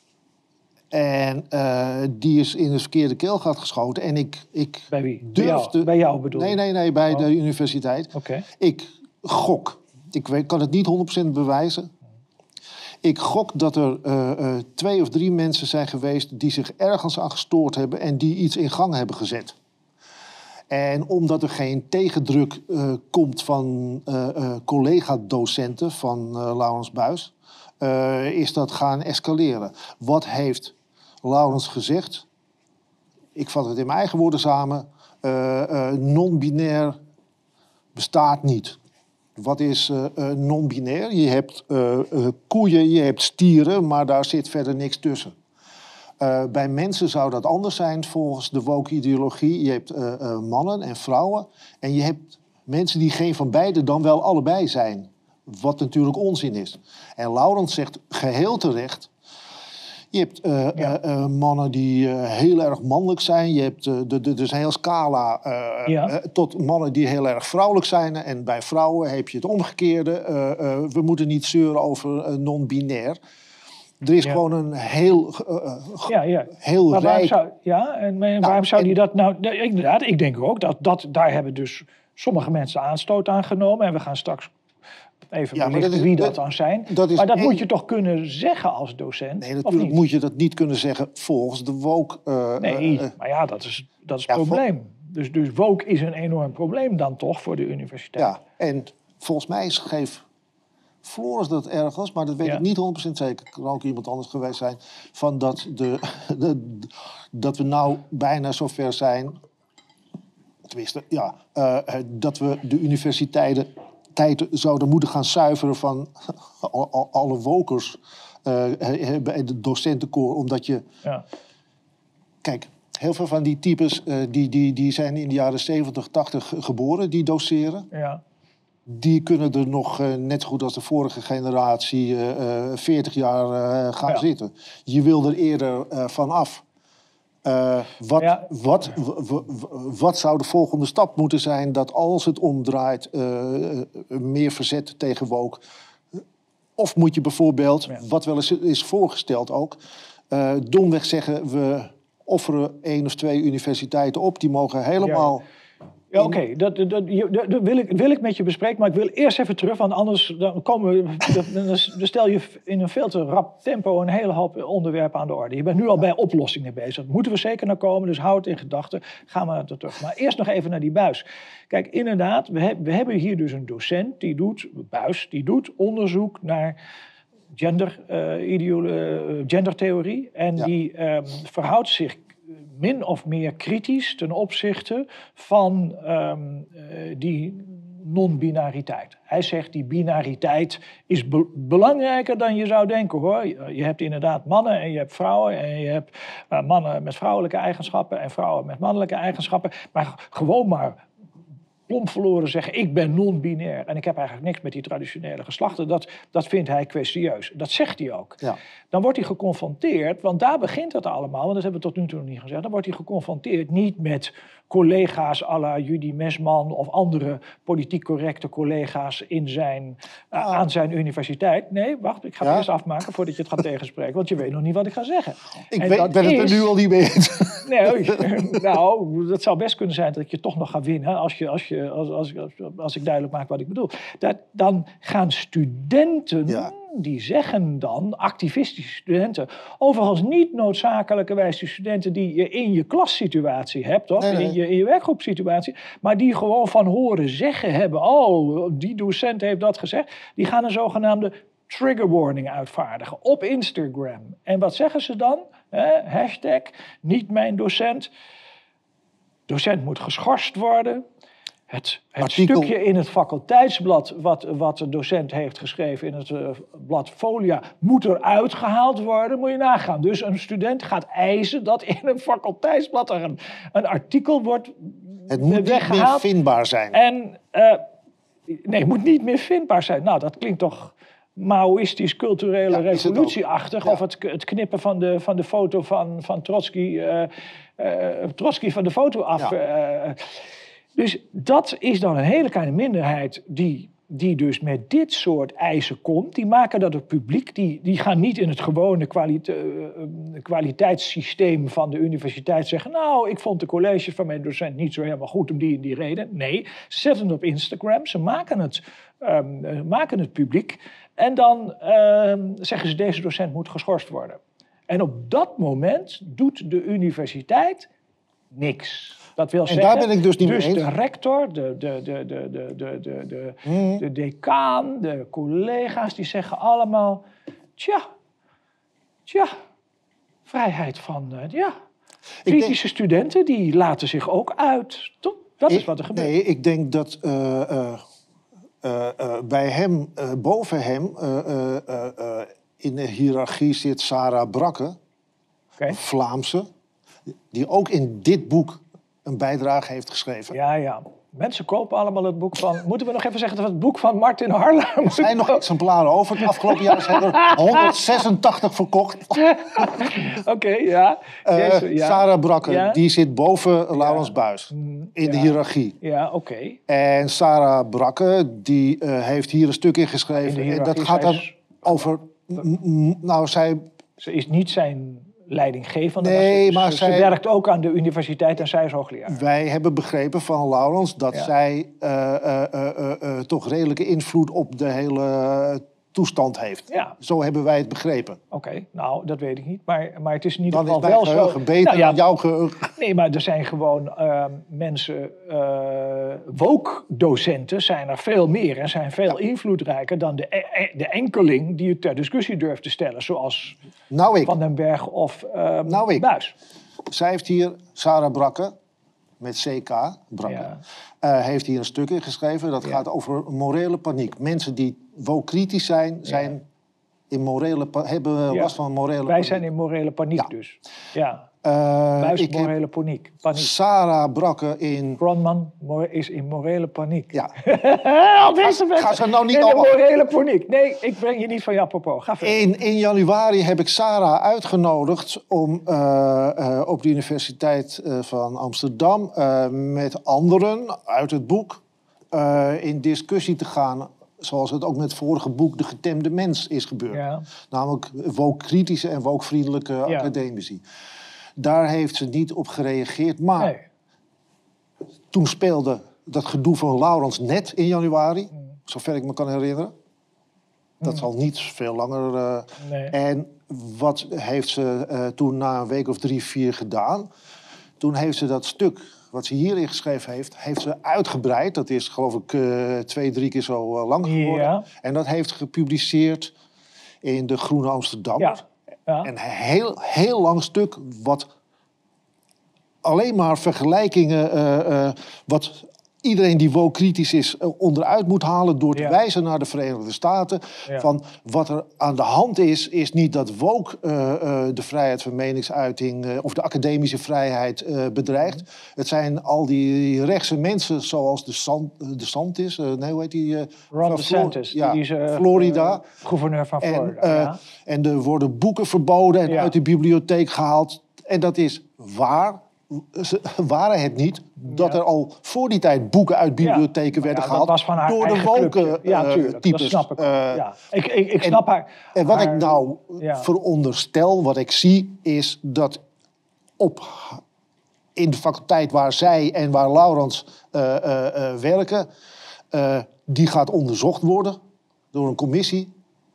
En die is in de verkeerde keelgat geschoten. En ik bij wie? Durfde... Bij jou bedoel je? Nee, bij de universiteit. Okay. Ik gok. Ik kan het niet 100% bewijzen. Ik gok dat er 2 of 3 mensen zijn geweest die zich ergens aan gestoord hebben en die iets in gang hebben gezet. En omdat er geen tegendruk komt van collega-docenten van Laurens Buys, is dat gaan escaleren. Wat heeft Laurens gezegd? Ik vat het in mijn eigen woorden samen. Non-binair bestaat niet. Wat is non-binair? Je hebt koeien, je hebt stieren, maar daar zit verder niks tussen. Bij mensen zou dat anders zijn volgens de woke-ideologie. Je hebt mannen en vrouwen. En je hebt mensen die geen van beide dan wel allebei zijn. Wat natuurlijk onzin is. En Laurens zegt geheel terecht... Je hebt mannen die heel erg mannelijk zijn. Je hebt dus een heel scala tot mannen die heel erg vrouwelijk zijn. En bij vrouwen heb je het omgekeerde. We moeten niet zeuren over non-binair. Er is gewoon een heel maar rijk... waarom zou die dat nou... Inderdaad, ik denk ook daar hebben dus sommige mensen aanstoot aan genomen. En we gaan straks even belichten wie dat dan zijn. Maar dat moet je toch kunnen zeggen als docent? Nee, natuurlijk moet je dat niet kunnen zeggen volgens de woke... maar ja, dat is het probleem. Dus woke is een enorm probleem dan toch voor de universiteit. Ja, en volgens mij schreef Floris dat ergens, maar dat weet ik niet 100% zeker. Er kan ook iemand anders geweest zijn. Van dat we nou bijna zover zijn. Tenminste, dat we de universiteiten zouden moeten gaan zuiveren van alle wokers bij de docentenkoor. Omdat je... Ja. Kijk, heel veel van die types die zijn in de jaren 70, 80 geboren, die doceren. Ja. Die kunnen er nog net zo goed als de vorige generatie 40 jaar gaan zitten. Je wil er eerder van af. Wat zou de volgende stap moeten zijn dat als het omdraait meer verzet tegen woke? Of moet je bijvoorbeeld, wat wel eens is voorgesteld ook, domweg zeggen we offeren 1 of 2 universiteiten op. Die mogen helemaal... Ja, oké, dat wil ik met je bespreken, maar ik wil eerst even terug, want anders dan stel je in een veel te rap tempo een hele hoop onderwerpen aan de orde. Je bent nu al bij oplossingen bezig. Daar moeten we zeker naar komen, dus hou het in gedachten. Gaan we naar terug. Maar eerst nog even naar die Buys. Kijk, inderdaad, we hebben hier dus een docent, Buys, die doet onderzoek naar gendertheorie. En die verhoudt zich min of meer kritisch ten opzichte van die non-binariteit. Hij zegt die binariteit is belangrijker dan je zou denken hoor. Je hebt inderdaad mannen en je hebt vrouwen en je hebt mannen met vrouwelijke eigenschappen en vrouwen met mannelijke eigenschappen. Maar gewoon maar plomp verloren zeggen, ik ben non-binair en ik heb eigenlijk niks met die traditionele geslachten, dat vindt hij kwestieus. Dat zegt hij ook. Ja. Dan wordt hij geconfronteerd, want daar begint het allemaal, want dat hebben we tot nu toe nog niet gezegd, dan wordt hij geconfronteerd niet met collega's à la Judy Mesman of andere politiek correcte collega's aan zijn universiteit. Nee, wacht, ik ga het eerst afmaken voordat je het gaat tegenspreken, want je weet nog niet wat ik ga zeggen. Ik ben het er nu al niet mee eens. Nee, nou, dat zou best kunnen zijn dat je toch nog gaat winnen als ik duidelijk maak wat ik bedoel. Dan gaan studenten, die zeggen dan, activistische studenten, overigens niet noodzakelijkerwijs de studenten die je in je klassituatie hebt, of in je werkgroepsituatie, maar die gewoon van horen zeggen hebben, oh, die docent heeft dat gezegd, die gaan een zogenaamde trigger warning uitvaardigen op Instagram. En wat zeggen ze dan? Hashtag, niet mijn docent. Docent moet geschorst worden. Het stukje in het faculteitsblad wat de docent heeft geschreven in het blad Folia moet eruit gehaald worden, moet je nagaan. Dus een student gaat eisen dat in een faculteitsblad er een artikel wordt het moet niet meer vindbaar zijn. Nee, het moet niet meer vindbaar zijn. Nou, dat klinkt toch Maoïstisch culturele revolutieachtig. Ja. Of het knippen van de foto van Trotsky. Trotsky van de foto af. Ja. Dus dat is dan een hele kleine minderheid die dus met dit soort eisen komt. Die maken dat het publiek. Die gaan niet in het gewone kwaliteitssysteem van de universiteit zeggen, nou, ik vond de colleges van mijn docent niet zo helemaal goed om die en die reden. Nee, ze zetten het op Instagram. Ze maken het publiek. En dan zeggen ze, deze docent moet geschorst worden. En op dat moment doet de universiteit niks. Dat wil zeggen, daar ben ik dus niet mee eens. De rector, de decaan, de collega's, die zeggen allemaal, tja, vrijheid van, kritische studenten, die laten zich ook uit. Dat is wat er gebeurt. Nee, ik denk dat bij hem, boven hem, in de hiërarchie zit Sarah Brakke, een Vlaamse, die ook in dit boek een bijdrage heeft geschreven. Ja. Mensen kopen allemaal het boek van... Moeten we nog even zeggen dat we het boek van Martin Harlaam... Er zijn nog exemplaren over. Het afgelopen jaar zijn er 186 verkocht. Oké, ja. Sarah Brakke, die zit boven Laurens Buis. In de hiërarchie. Ja, oké. En Sarah Brakke, die heeft hier een stuk in geschreven. En dat gaat dan over... Ze is niet zijn leidinggevende. Nee, maar ze werkt ook aan de universiteit en zij is hoogleraar. Wij hebben begrepen van Laurens dat zij toch redelijke invloed op de hele toestand heeft. Ja. Zo hebben wij het begrepen. Oké, nou, dat weet ik niet. Maar het is in ieder geval wel zo. Dan is mijn geheugen beter dan jouw geheugen. Nee, maar er zijn gewoon mensen... woke-docenten zijn er veel meer en zijn veel invloedrijker dan de enkeling die het ter discussie durft te stellen. Zoals Van den Berg of Buis. Zij heeft hier, Sarah Brakke, met CK, Brakke, heeft hier een stuk in geschreven. Dat gaat over morele paniek. Mensen die woke-kritisch zijn hebben last van morele paniek. Wij zijn in morele paniek dus. Ja. Buis morele paniek. Sarah Brakke in... Kronman is in morele paniek. Ja. Ga ze nou niet in morele paniek. Nee, ik breng je niet van je apropos. Ga verder. In januari heb ik Sarah uitgenodigd om op de Universiteit van Amsterdam met anderen uit het boek in discussie te gaan, zoals het ook met het vorige boek De Getemde Mens is gebeurd. Ja. Namelijk woke-kritische en woke-vriendelijke academici. Daar heeft ze niet op gereageerd, maar toen speelde dat gedoe van Laurens net in januari, zover ik me kan herinneren. Dat zal niet veel langer. En wat heeft ze toen na een week of 3, 4 gedaan? Toen heeft ze dat stuk wat ze hierin geschreven heeft ze uitgebreid. Dat is geloof ik 2, 3 keer zo lang geworden. Ja. En dat heeft gepubliceerd in de Groene Amsterdammer. Ja. Ja. Een heel lang stuk wat alleen maar vergelijkingen... wat iedereen die woke kritisch is onderuit moet halen... door te wijzen naar de Verenigde Staten. Ja. Van wat er aan de hand is niet dat woke de vrijheid van meningsuiting... of de academische vrijheid bedreigt. Het zijn al die rechtse mensen zoals de Santis... nee, hoe heet die? Ron DeSantis. Ja, die is, Florida. Gouverneur van Florida. En er worden boeken verboden en uit de bibliotheek gehaald. En dat is waar... Ze waren het niet dat er al voor die tijd boeken uit bibliotheken werden gehaald door de woke types. Dat snap ik. Ik snap haar. En wat ik nou veronderstel, wat ik zie, is dat in de faculteit waar zij en waar Laurens werken, die gaat onderzocht worden door een commissie.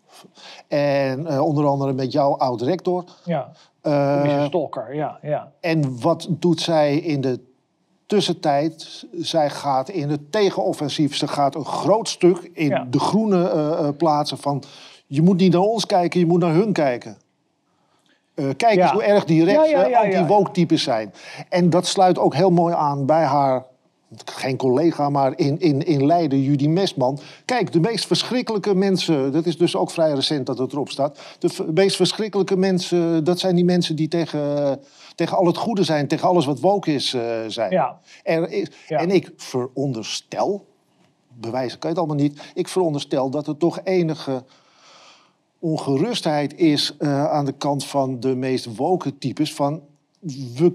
En onder andere met jouw oud-rector. Ja. Stalker, ja. En wat doet zij in de tussentijd? Zij gaat in het tegenoffensief. Ze gaat een groot stuk in de groene plaatsen van... je moet niet naar ons kijken, je moet naar hun kijken. Kijk eens hoe erg die rechtse anti-woke-types zijn. En dat sluit ook heel mooi aan bij haar... geen collega, maar in Leiden, Judy Mestman. Kijk, de meest verschrikkelijke mensen... dat is dus ook vrij recent dat het erop staat... de meest verschrikkelijke mensen... dat zijn die mensen die tegen al het goede zijn... tegen alles wat woke is zijn. Ja. En ik veronderstel... bewijzen kan je het allemaal niet... ik veronderstel dat er toch enige ongerustheid is... aan de kant van de meest woke types... van we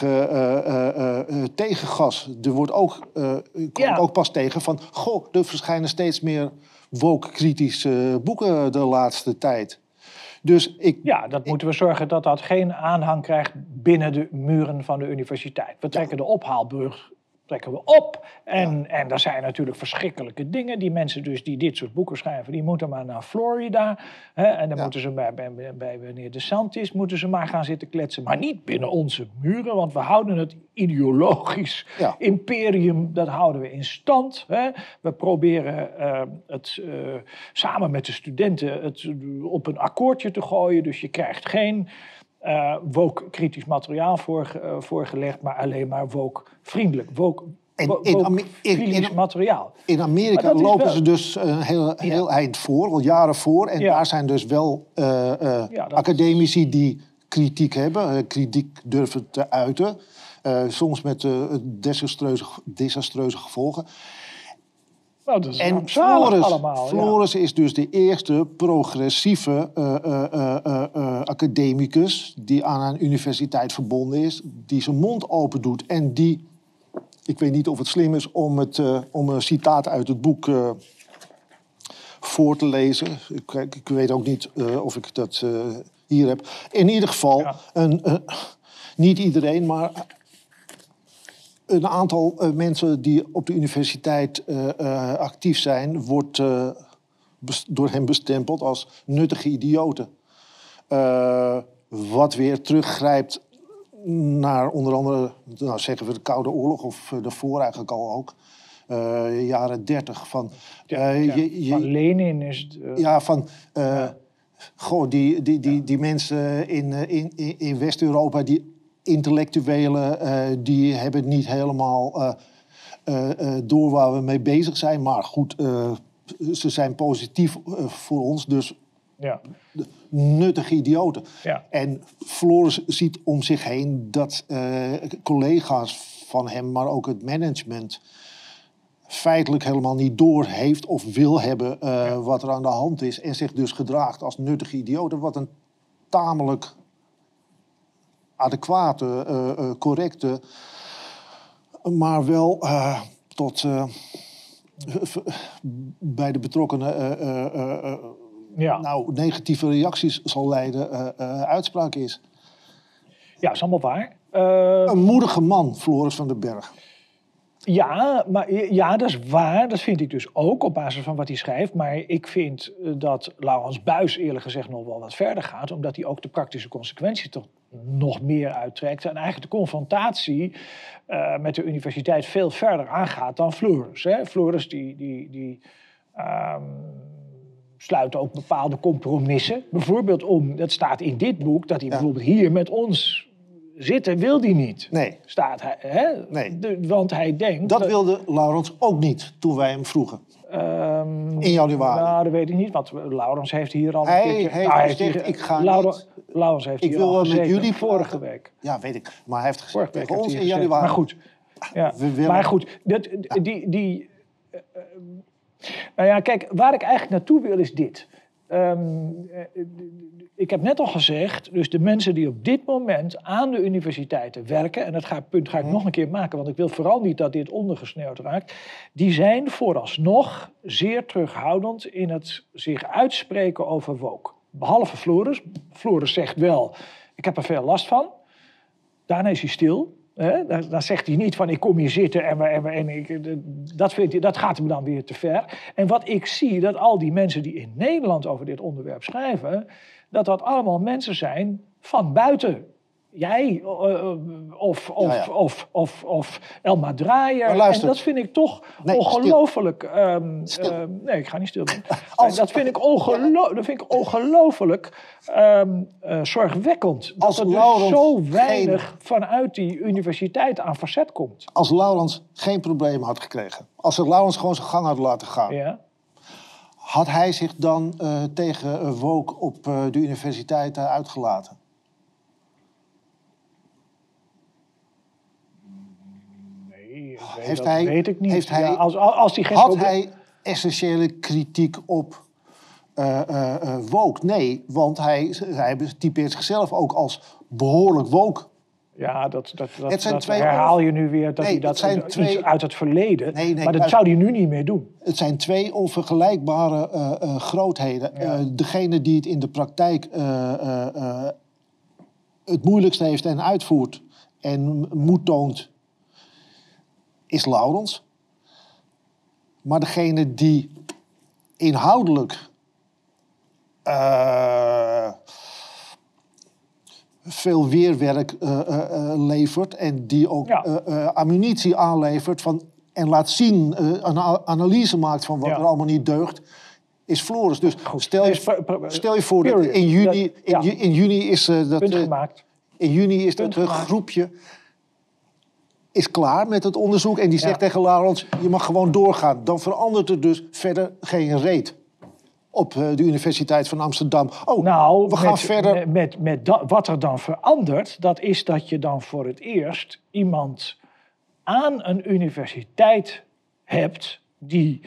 krijgen tegengas. Er wordt ook, komt ook pas tegen van... goh, er verschijnen steeds meer woke-kritische boeken de laatste tijd. Dus dat moeten we zorgen dat dat geen aanhang krijgt... binnen de muren van de universiteit. We trekken de ophaalbrug trekken we op. En daar zijn natuurlijk verschrikkelijke dingen. Die mensen dus die dit soort boeken schrijven... die moeten maar naar Florida. Hè, en dan moeten ze bij meneer DeSantis... moeten ze maar gaan zitten kletsen. Maar niet binnen onze muren. Want we houden het ideologisch imperium... dat houden we in stand. Hè. We proberen het samen met de studenten... het op een akkoordje te gooien. Dus je krijgt geen... woke-kritisch materiaal voorgelegd, maar alleen maar woke-vriendelijk. Woke-vriendelijk materiaal. In Amerika lopen ze dus een heel eind voor, al jaren voor. En daar zijn dus wel academici die kritiek hebben, kritiek durven te uiten. Soms met desastreuze gevolgen. Nou, dat is en Floris is dus de eerste progressieve academicus die aan een universiteit verbonden is, die zijn mond open doet en die, ik weet niet of het slim is om een citaat uit het boek voor te lezen. Ik weet ook niet of ik dat hier heb. In ieder geval, niet iedereen, maar... een aantal mensen die op de universiteit actief zijn... wordt door hem bestempeld als nuttige idioten. Wat weer teruggrijpt naar onder andere... nou zeggen we de Koude Oorlog of daarvoor eigenlijk al ook... jaren 30. Van Lenin is het... Goh, die mensen in West-Europa... die intellectuelen die hebben niet helemaal door waar we mee bezig zijn. Maar goed, ze zijn positief voor ons. Dus nuttige idioten. Ja. En Floris ziet om zich heen dat collega's van hem, maar ook het management... feitelijk helemaal niet door heeft of wil hebben wat er aan de hand is. En zich dus gedraagt als nuttige idioten. Wat een tamelijk... adequate, correcte, maar wel tot bij de betrokkenen negatieve reacties zal leiden, uitspraak is. Ja, dat is allemaal waar. Een moedige man, Floris van den Berg. Ja, dat is waar. Dat vind ik dus ook op basis van wat hij schrijft. Maar ik vind dat Laurens Buijs eerlijk gezegd nog wel wat verder gaat. Omdat hij ook de praktische consequenties toch nog meer uittrekt. En eigenlijk de confrontatie met de universiteit veel verder aangaat dan Floris. Hè. Floris die sluit ook bepaalde compromissen. Bijvoorbeeld dat staat in dit boek, dat hij bijvoorbeeld hier met ons... Nee. wil hij niet. Nee. Staat hij. Hè? Nee. Want hij denkt... Dat wilde Laurens ook niet toen wij hem vroegen. In januari. Nou, dat weet ik niet, want Laurens heeft hier al... Hij heeft gezegd, ik ga niet... Laurens heeft ik hier wil al gezeten, met jullie vorige week. Ja, weet ik. Maar hij heeft gezegd Vorige week tegen ons heeft in hij gezegd. januari. Maar goed. Ja. Maar goed, nou ja, kijk, waar ik eigenlijk naartoe wil is dit. Ik heb net al gezegd, dus de mensen die op dit moment aan de universiteiten werken, en dat punt ga ik nog een keer maken, want ik wil vooral niet dat dit ondergesneeuwd raakt, die zijn vooralsnog zeer terughoudend in het zich uitspreken over woke. Behalve Floris. Floris zegt wel, ik heb er veel last van. Daarna is hij stil. Dan zegt hij niet van ik kom hier zitten dat gaat hem dan weer te ver. En wat ik zie, dat al die mensen die in Nederland over dit onderwerp schrijven, dat allemaal mensen zijn van buiten. Jij of Elma Draaier. En dat vind ik toch ongelooflijk. Nee, ik ga niet stil doen. Dat vind ik ongelooflijk zorgwekkend. Dat er dus zo weinig vanuit die universiteit aan verzet komt. Als Laurens geen probleem had gekregen. Als Laurens gewoon zijn gang had laten gaan. Ja. Had hij zich dan tegen woke op de universiteit uitgelaten? Dat weet ik niet. Had hij essentiële kritiek op woke? Nee, want hij typeert zichzelf ook als behoorlijk woke. Ja, dat herhaal je nu weer. Iets uit het verleden. Nee, maar dat zou hij nu niet meer doen. Het zijn twee onvergelijkbare grootheden. Ja. Degene die het in de praktijk het moeilijkste heeft en uitvoert en moed toont, is Laurens. Maar degene die inhoudelijk veel weerwerk levert en die ook ammunitie aanlevert en laat zien, een analyse maakt van wat er allemaal niet deugt, is Floris. Dus stel je voor dat in juni is dat gemaakt. In juni is dat groepje is klaar met het onderzoek en die zegt tegen Laurens, je mag gewoon doorgaan. Dan verandert er dus verder geen reet op de Universiteit van Amsterdam. We gaan verder. Wat er dan verandert, dat is dat je dan voor het eerst iemand aan een universiteit hebt die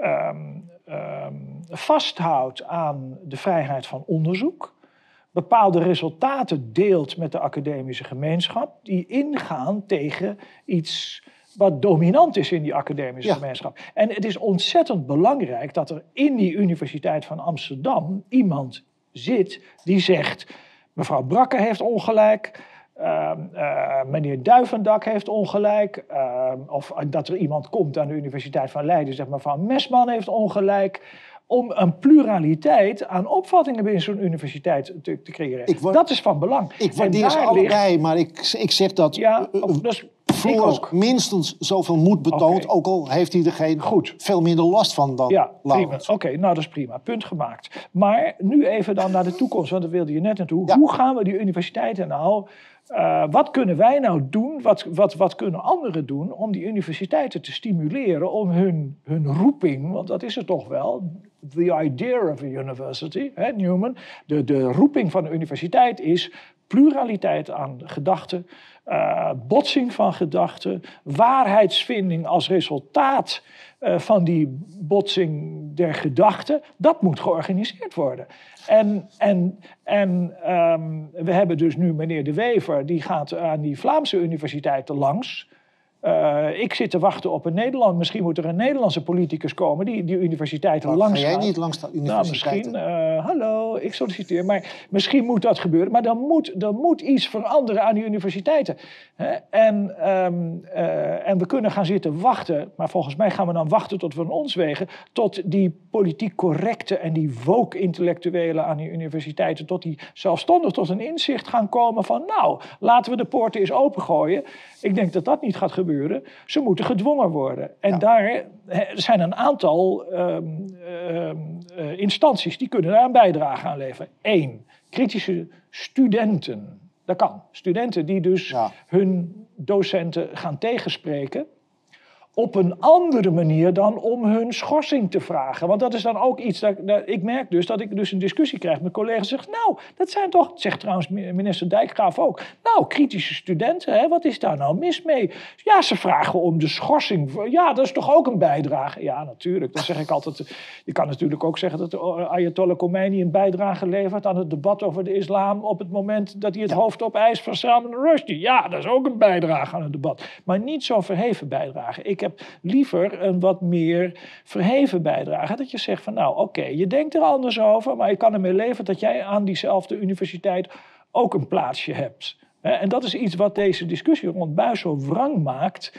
vasthoudt aan de vrijheid van onderzoek, bepaalde resultaten deelt met de academische gemeenschap, die ingaan tegen iets wat dominant is in die academische gemeenschap. En het is ontzettend belangrijk dat er in die Universiteit van Amsterdam iemand zit die zegt, mevrouw Brakke heeft ongelijk, meneer Duivendak heeft ongelijk, of dat er iemand komt aan de Universiteit van Leiden en zegt, mevrouw Mesman heeft ongelijk, om een pluraliteit aan opvattingen binnen zo'n universiteit te creëren. Dat is van belang. Ik waardeer ze allebei, maar ik zeg dat Floris minstens zoveel moed betoont, ook al heeft hij er veel minder last van dan Laurens. Oké, nou dat is prima. Punt gemaakt. Maar nu even dan naar de toekomst, want daar wilde je net naartoe. Ja. Hoe gaan we die universiteiten nou... wat kunnen wij nou doen, wat kunnen anderen doen om die universiteiten te stimuleren om hun roeping, want dat is het toch wel, the idea of a university, Newman, de roeping van de universiteit is pluraliteit aan gedachten, botsing van gedachten, waarheidsvinding als resultaat van die botsing der gedachten, dat moet georganiseerd worden. En we hebben dus nu meneer De Wever, die gaat aan die Vlaamse universiteiten langs. Ik zit te wachten op een Nederland. Misschien moet er een Nederlandse politicus komen die universiteiten langs gaat. Ga jij niet langs de universiteiten? Nou, misschien. Hallo, ik solliciteer. Maar misschien moet dat gebeuren. Maar dan moet iets veranderen aan die universiteiten. En we kunnen gaan zitten wachten. Maar volgens mij gaan we dan wachten tot we van ons wegen. Tot die politiek correcte en die woke intellectuelen aan die universiteiten. Tot die zelfstandig tot een inzicht gaan komen van... Nou, laten we de poorten eens opengooien. Ik denk dat dat niet gaat gebeuren. Ze moeten gedwongen worden. En daar zijn een aantal instanties die kunnen daar een bijdrage aan leveren. 1. Kritische studenten. Dat kan. Studenten die dus hun docenten gaan tegenspreken op een andere manier dan om hun schorsing te vragen. Want dat is dan ook iets ik merk dus dat ik dus een discussie krijg met collega's. Zeg, nou, dat zijn toch, zegt trouwens minister Dijkgraaf ook, nou, kritische studenten, hè, wat is daar nou mis mee? Ja, ze vragen om de schorsing. Ja, dat is toch ook een bijdrage? Ja, natuurlijk. Dan zeg ik altijd, je kan natuurlijk ook zeggen dat Ayatollah Khomeini een bijdrage levert aan het debat over de islam op het moment dat hij het hoofd opeist van Salman Rushdie. Ja, dat is ook een bijdrage aan het debat. Maar niet zo'n verheven bijdrage. Ik heb liever een wat meer verheven bijdrage. Dat je zegt van nou oké, je denkt er anders over, maar je kan ermee leven dat jij aan diezelfde universiteit ook een plaatsje hebt. En dat is iets wat deze discussie rond Buys zo wrang maakt.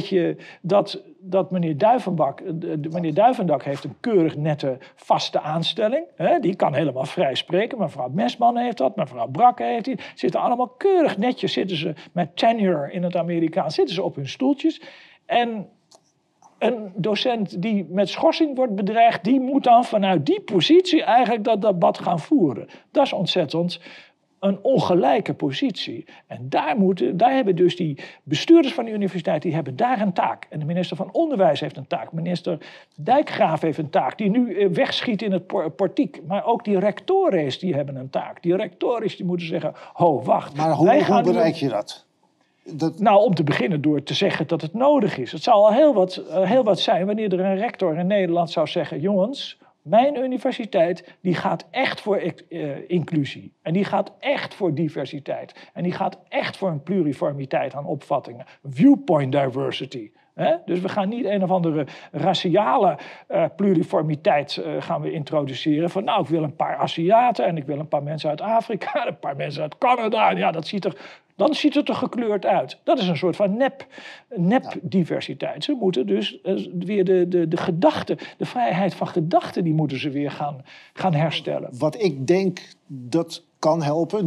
Dat meneer Duivendak heeft een keurig nette vaste aanstelling. Die kan helemaal vrij spreken. Mevrouw Mesman heeft dat, mevrouw Brakke heeft die. Zitten allemaal keurig netjes, zitten ze met tenure in het Amerikaans, zitten ze op hun stoeltjes. En een docent die met schorsing wordt bedreigd, die moet dan vanuit die positie eigenlijk dat debat gaan voeren. Dat is ontzettend een ongelijke positie. En daar hebben dus die bestuurders van de universiteit, die hebben daar een taak. En de minister van Onderwijs heeft een taak. Minister Dijkgraaf heeft een taak, die nu wegschiet in het portiek. Maar ook die rectores, die hebben een taak. Die rectores, die moeten zeggen, ho, wacht. Maar hoe bereik je dat? Nou, om te beginnen door te zeggen dat het nodig is. Het zou al heel wat zijn wanneer er een rector in Nederland zou zeggen, jongens, mijn universiteit die gaat echt voor inclusie. En die gaat echt voor diversiteit. En die gaat echt voor een pluriformiteit aan opvattingen. Viewpoint diversity. Dus we gaan niet een of andere raciale pluriformiteit gaan we introduceren. Van nou, ik wil een paar Aziaten en ik wil een paar mensen uit Afrika, een paar mensen uit Canada. Ja, dan ziet het er gekleurd uit. Dat is een soort van nep-diversiteit. Ze moeten dus weer de gedachte, de vrijheid van gedachten, die moeten ze weer gaan herstellen. Wat ik denk dat kan helpen,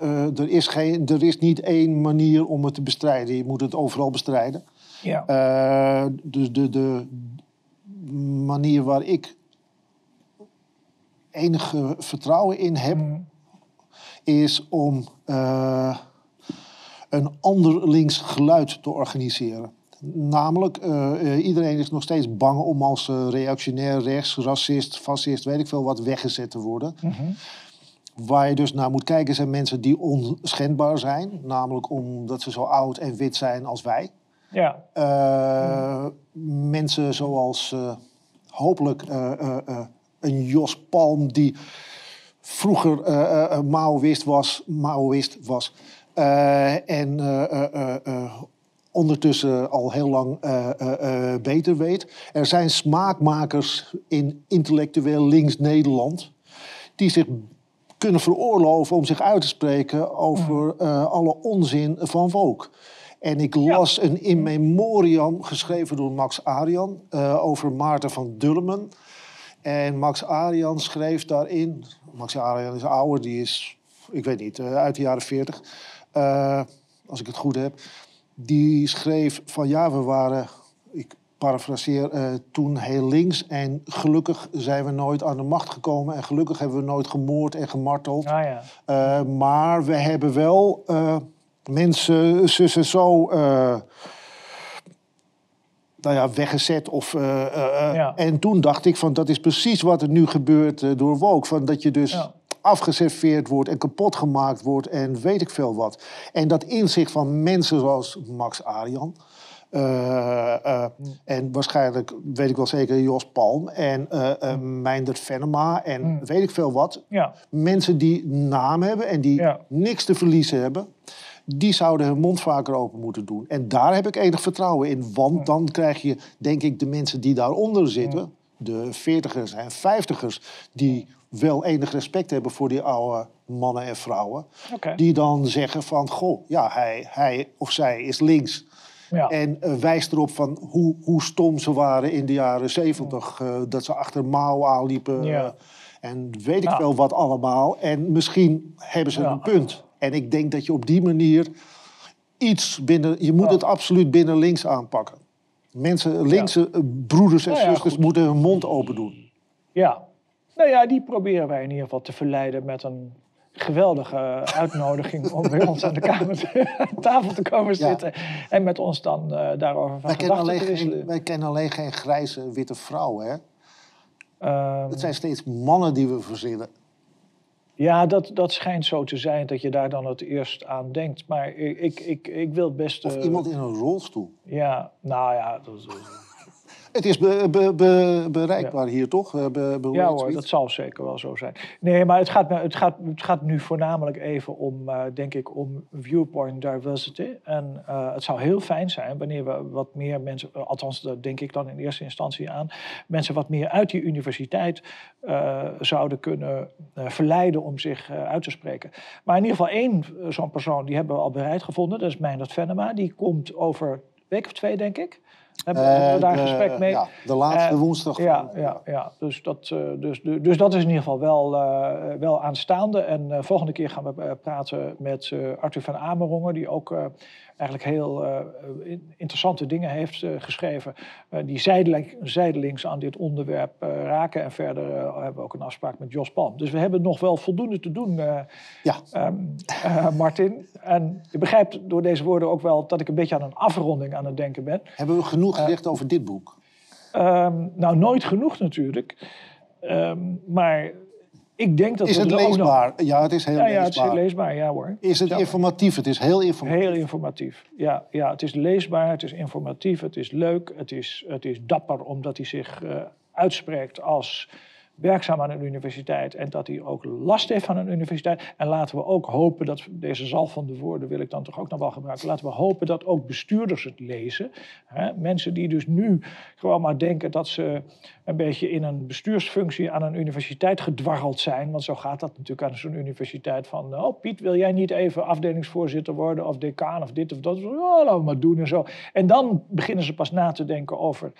er is niet één manier om het te bestrijden. Je moet het overal bestrijden. Ja. De manier waar ik enige vertrouwen in heb, is om een anderlings geluid te organiseren. Namelijk, iedereen is nog steeds bang om als reactionair, rechts, racist, fascist, weet ik veel wat, weggezet te worden. Waar je dus naar moet kijken zijn mensen die onschendbaar zijn. Namelijk omdat ze zo oud en wit zijn als wij. Ja. Mensen zoals hopelijk een Jos Palm die vroeger Maoïst was. En ondertussen al heel lang beter weet. Er zijn smaakmakers in intellectueel links Nederland die zich kunnen veroorloven om zich uit te spreken over alle onzin van woke. En ik las een in memoriam geschreven door Max Arian over Maarten van Dullemen. En Max Arian schreef daarin, Max Arian is ouder, die is, ik weet niet, uit de jaren 40, als ik het goed heb. Die schreef van ja, we waren, ik parafraseer, toen heel links en gelukkig zijn we nooit aan de macht gekomen en gelukkig hebben we nooit gemoord en gemarteld. Maar we hebben wel mensen zo weggezet. En toen dacht ik van dat is precies wat er nu gebeurt door woke. Van dat je dus afgeserveerd wordt en kapot gemaakt wordt en weet ik veel wat. En dat inzicht van mensen zoals Max Arian en waarschijnlijk, weet ik wel zeker, Jos Palm en Meindert Venema en weet ik veel wat. Ja. Mensen die naam hebben en die niks te verliezen hebben, die zouden hun mond vaker open moeten doen. En daar heb ik enig vertrouwen in. Want dan krijg je, denk ik, de mensen die daaronder zitten, de 40ers en 50ers, die wel enig respect hebben voor die oude mannen en vrouwen. Die dan zeggen van, goh, ja, hij of zij is links. Ja. En wijst erop van hoe stom ze waren in de jaren 70. Dat ze achter Mao aanliepen. En weet ik wel wat allemaal. En misschien hebben ze een punt. En ik denk dat je op die manier iets binnen... Je moet het absoluut binnen links aanpakken. Mensen, linkse broeders en zusters moeten hun mond open doen. Ja. Nou ja, die proberen wij in ieder geval te verleiden met een geweldige uitnodiging om bij ons aan de tafel te komen zitten. En met ons dan daarover van gedachten te wisselen. Wij kennen alleen geen grijze witte vrouwen, hè? Het zijn steeds mannen die we verzinnen. Ja, dat schijnt zo te zijn dat je daar dan het eerst aan denkt. Maar ik wil best... Of iemand in een rolstoel. Ja, nou ja... Het is bereikbaar hier, toch? Ja hoor, dat zal zeker wel zo zijn. Nee, maar het gaat nu voornamelijk even om, denk ik, om viewpoint diversity. En het zou heel fijn zijn wanneer we wat meer mensen, althans dat denk ik dan in eerste instantie aan, mensen wat meer uit die universiteit zouden kunnen verleiden om zich uit te spreken. Maar in ieder geval één zo'n persoon, die hebben we al bereid gevonden. Dat is Meindert Venema. Die komt over een week of 2, denk ik. Hebben we daar een gesprek mee? Ja, de laatste woensdag. Ja. Dus dat is in ieder geval wel aanstaande. En volgende keer gaan we praten met Arthur van Amerongen, die ook eigenlijk heel interessante dingen heeft geschreven. Die zijdelings aan dit onderwerp raken. En verder hebben we ook een afspraak met Jos Palm. Dus we hebben nog wel voldoende te doen, Martin. En je begrijpt door deze woorden ook wel dat ik een beetje aan een afronding aan het denken ben. Hebben we genoeg gezegd over dit boek? Nou, nooit genoeg natuurlijk. Maar ik denk dat... Is het leesbaar? Ja, het is heel leesbaar. Ja, het is heel leesbaar, ja hoor. Is het informatief? Het is heel informatief. Heel informatief, ja. Het is leesbaar, het is informatief, het is leuk, het is dapper omdat hij zich uitspreekt als werkzaam aan een universiteit en dat hij ook last heeft van een universiteit. En laten we ook hopen dat, deze zalf van de woorden wil ik dan toch ook nog wel gebruiken, laten we hopen dat ook bestuurders het lezen. Hè? Mensen die dus nu gewoon maar denken dat ze een beetje in een bestuursfunctie aan een universiteit gedwarreld zijn, want zo gaat dat natuurlijk aan zo'n universiteit van, oh Piet, wil jij niet even afdelingsvoorzitter worden of decaan of dit of dat? Oh, laten we maar doen en zo. En dan beginnen ze pas na te denken over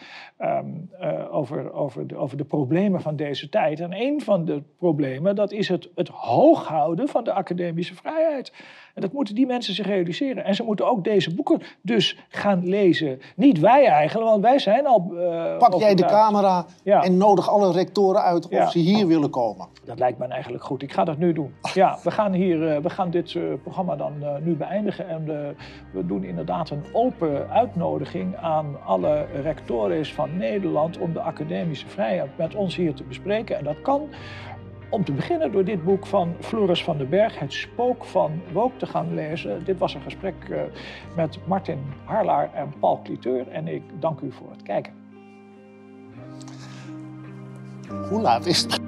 de problemen van deze tijd. En een van de problemen, dat is het hoog houden van de academische vrijheid. En dat moeten die mensen zich realiseren. En ze moeten ook deze boeken dus gaan lezen. Niet wij eigenlijk, want wij zijn al... Pak jij de camera en nodig alle rectoren uit of ze hier willen komen. Dat lijkt me eigenlijk goed. Ik ga dat nu doen. Ja, we gaan dit programma dan nu beëindigen. En we doen inderdaad een open uitnodiging aan alle rectores van Nederland om de academische vrijheid met ons hier te bespreken. En dat kan om te beginnen door dit boek van Floris van den Berg, Het Spook van Woke, te gaan lezen. Dit was een gesprek met Martin Harlaar en Paul Cliteur. En ik dank u voor het kijken. Hoe laat is het?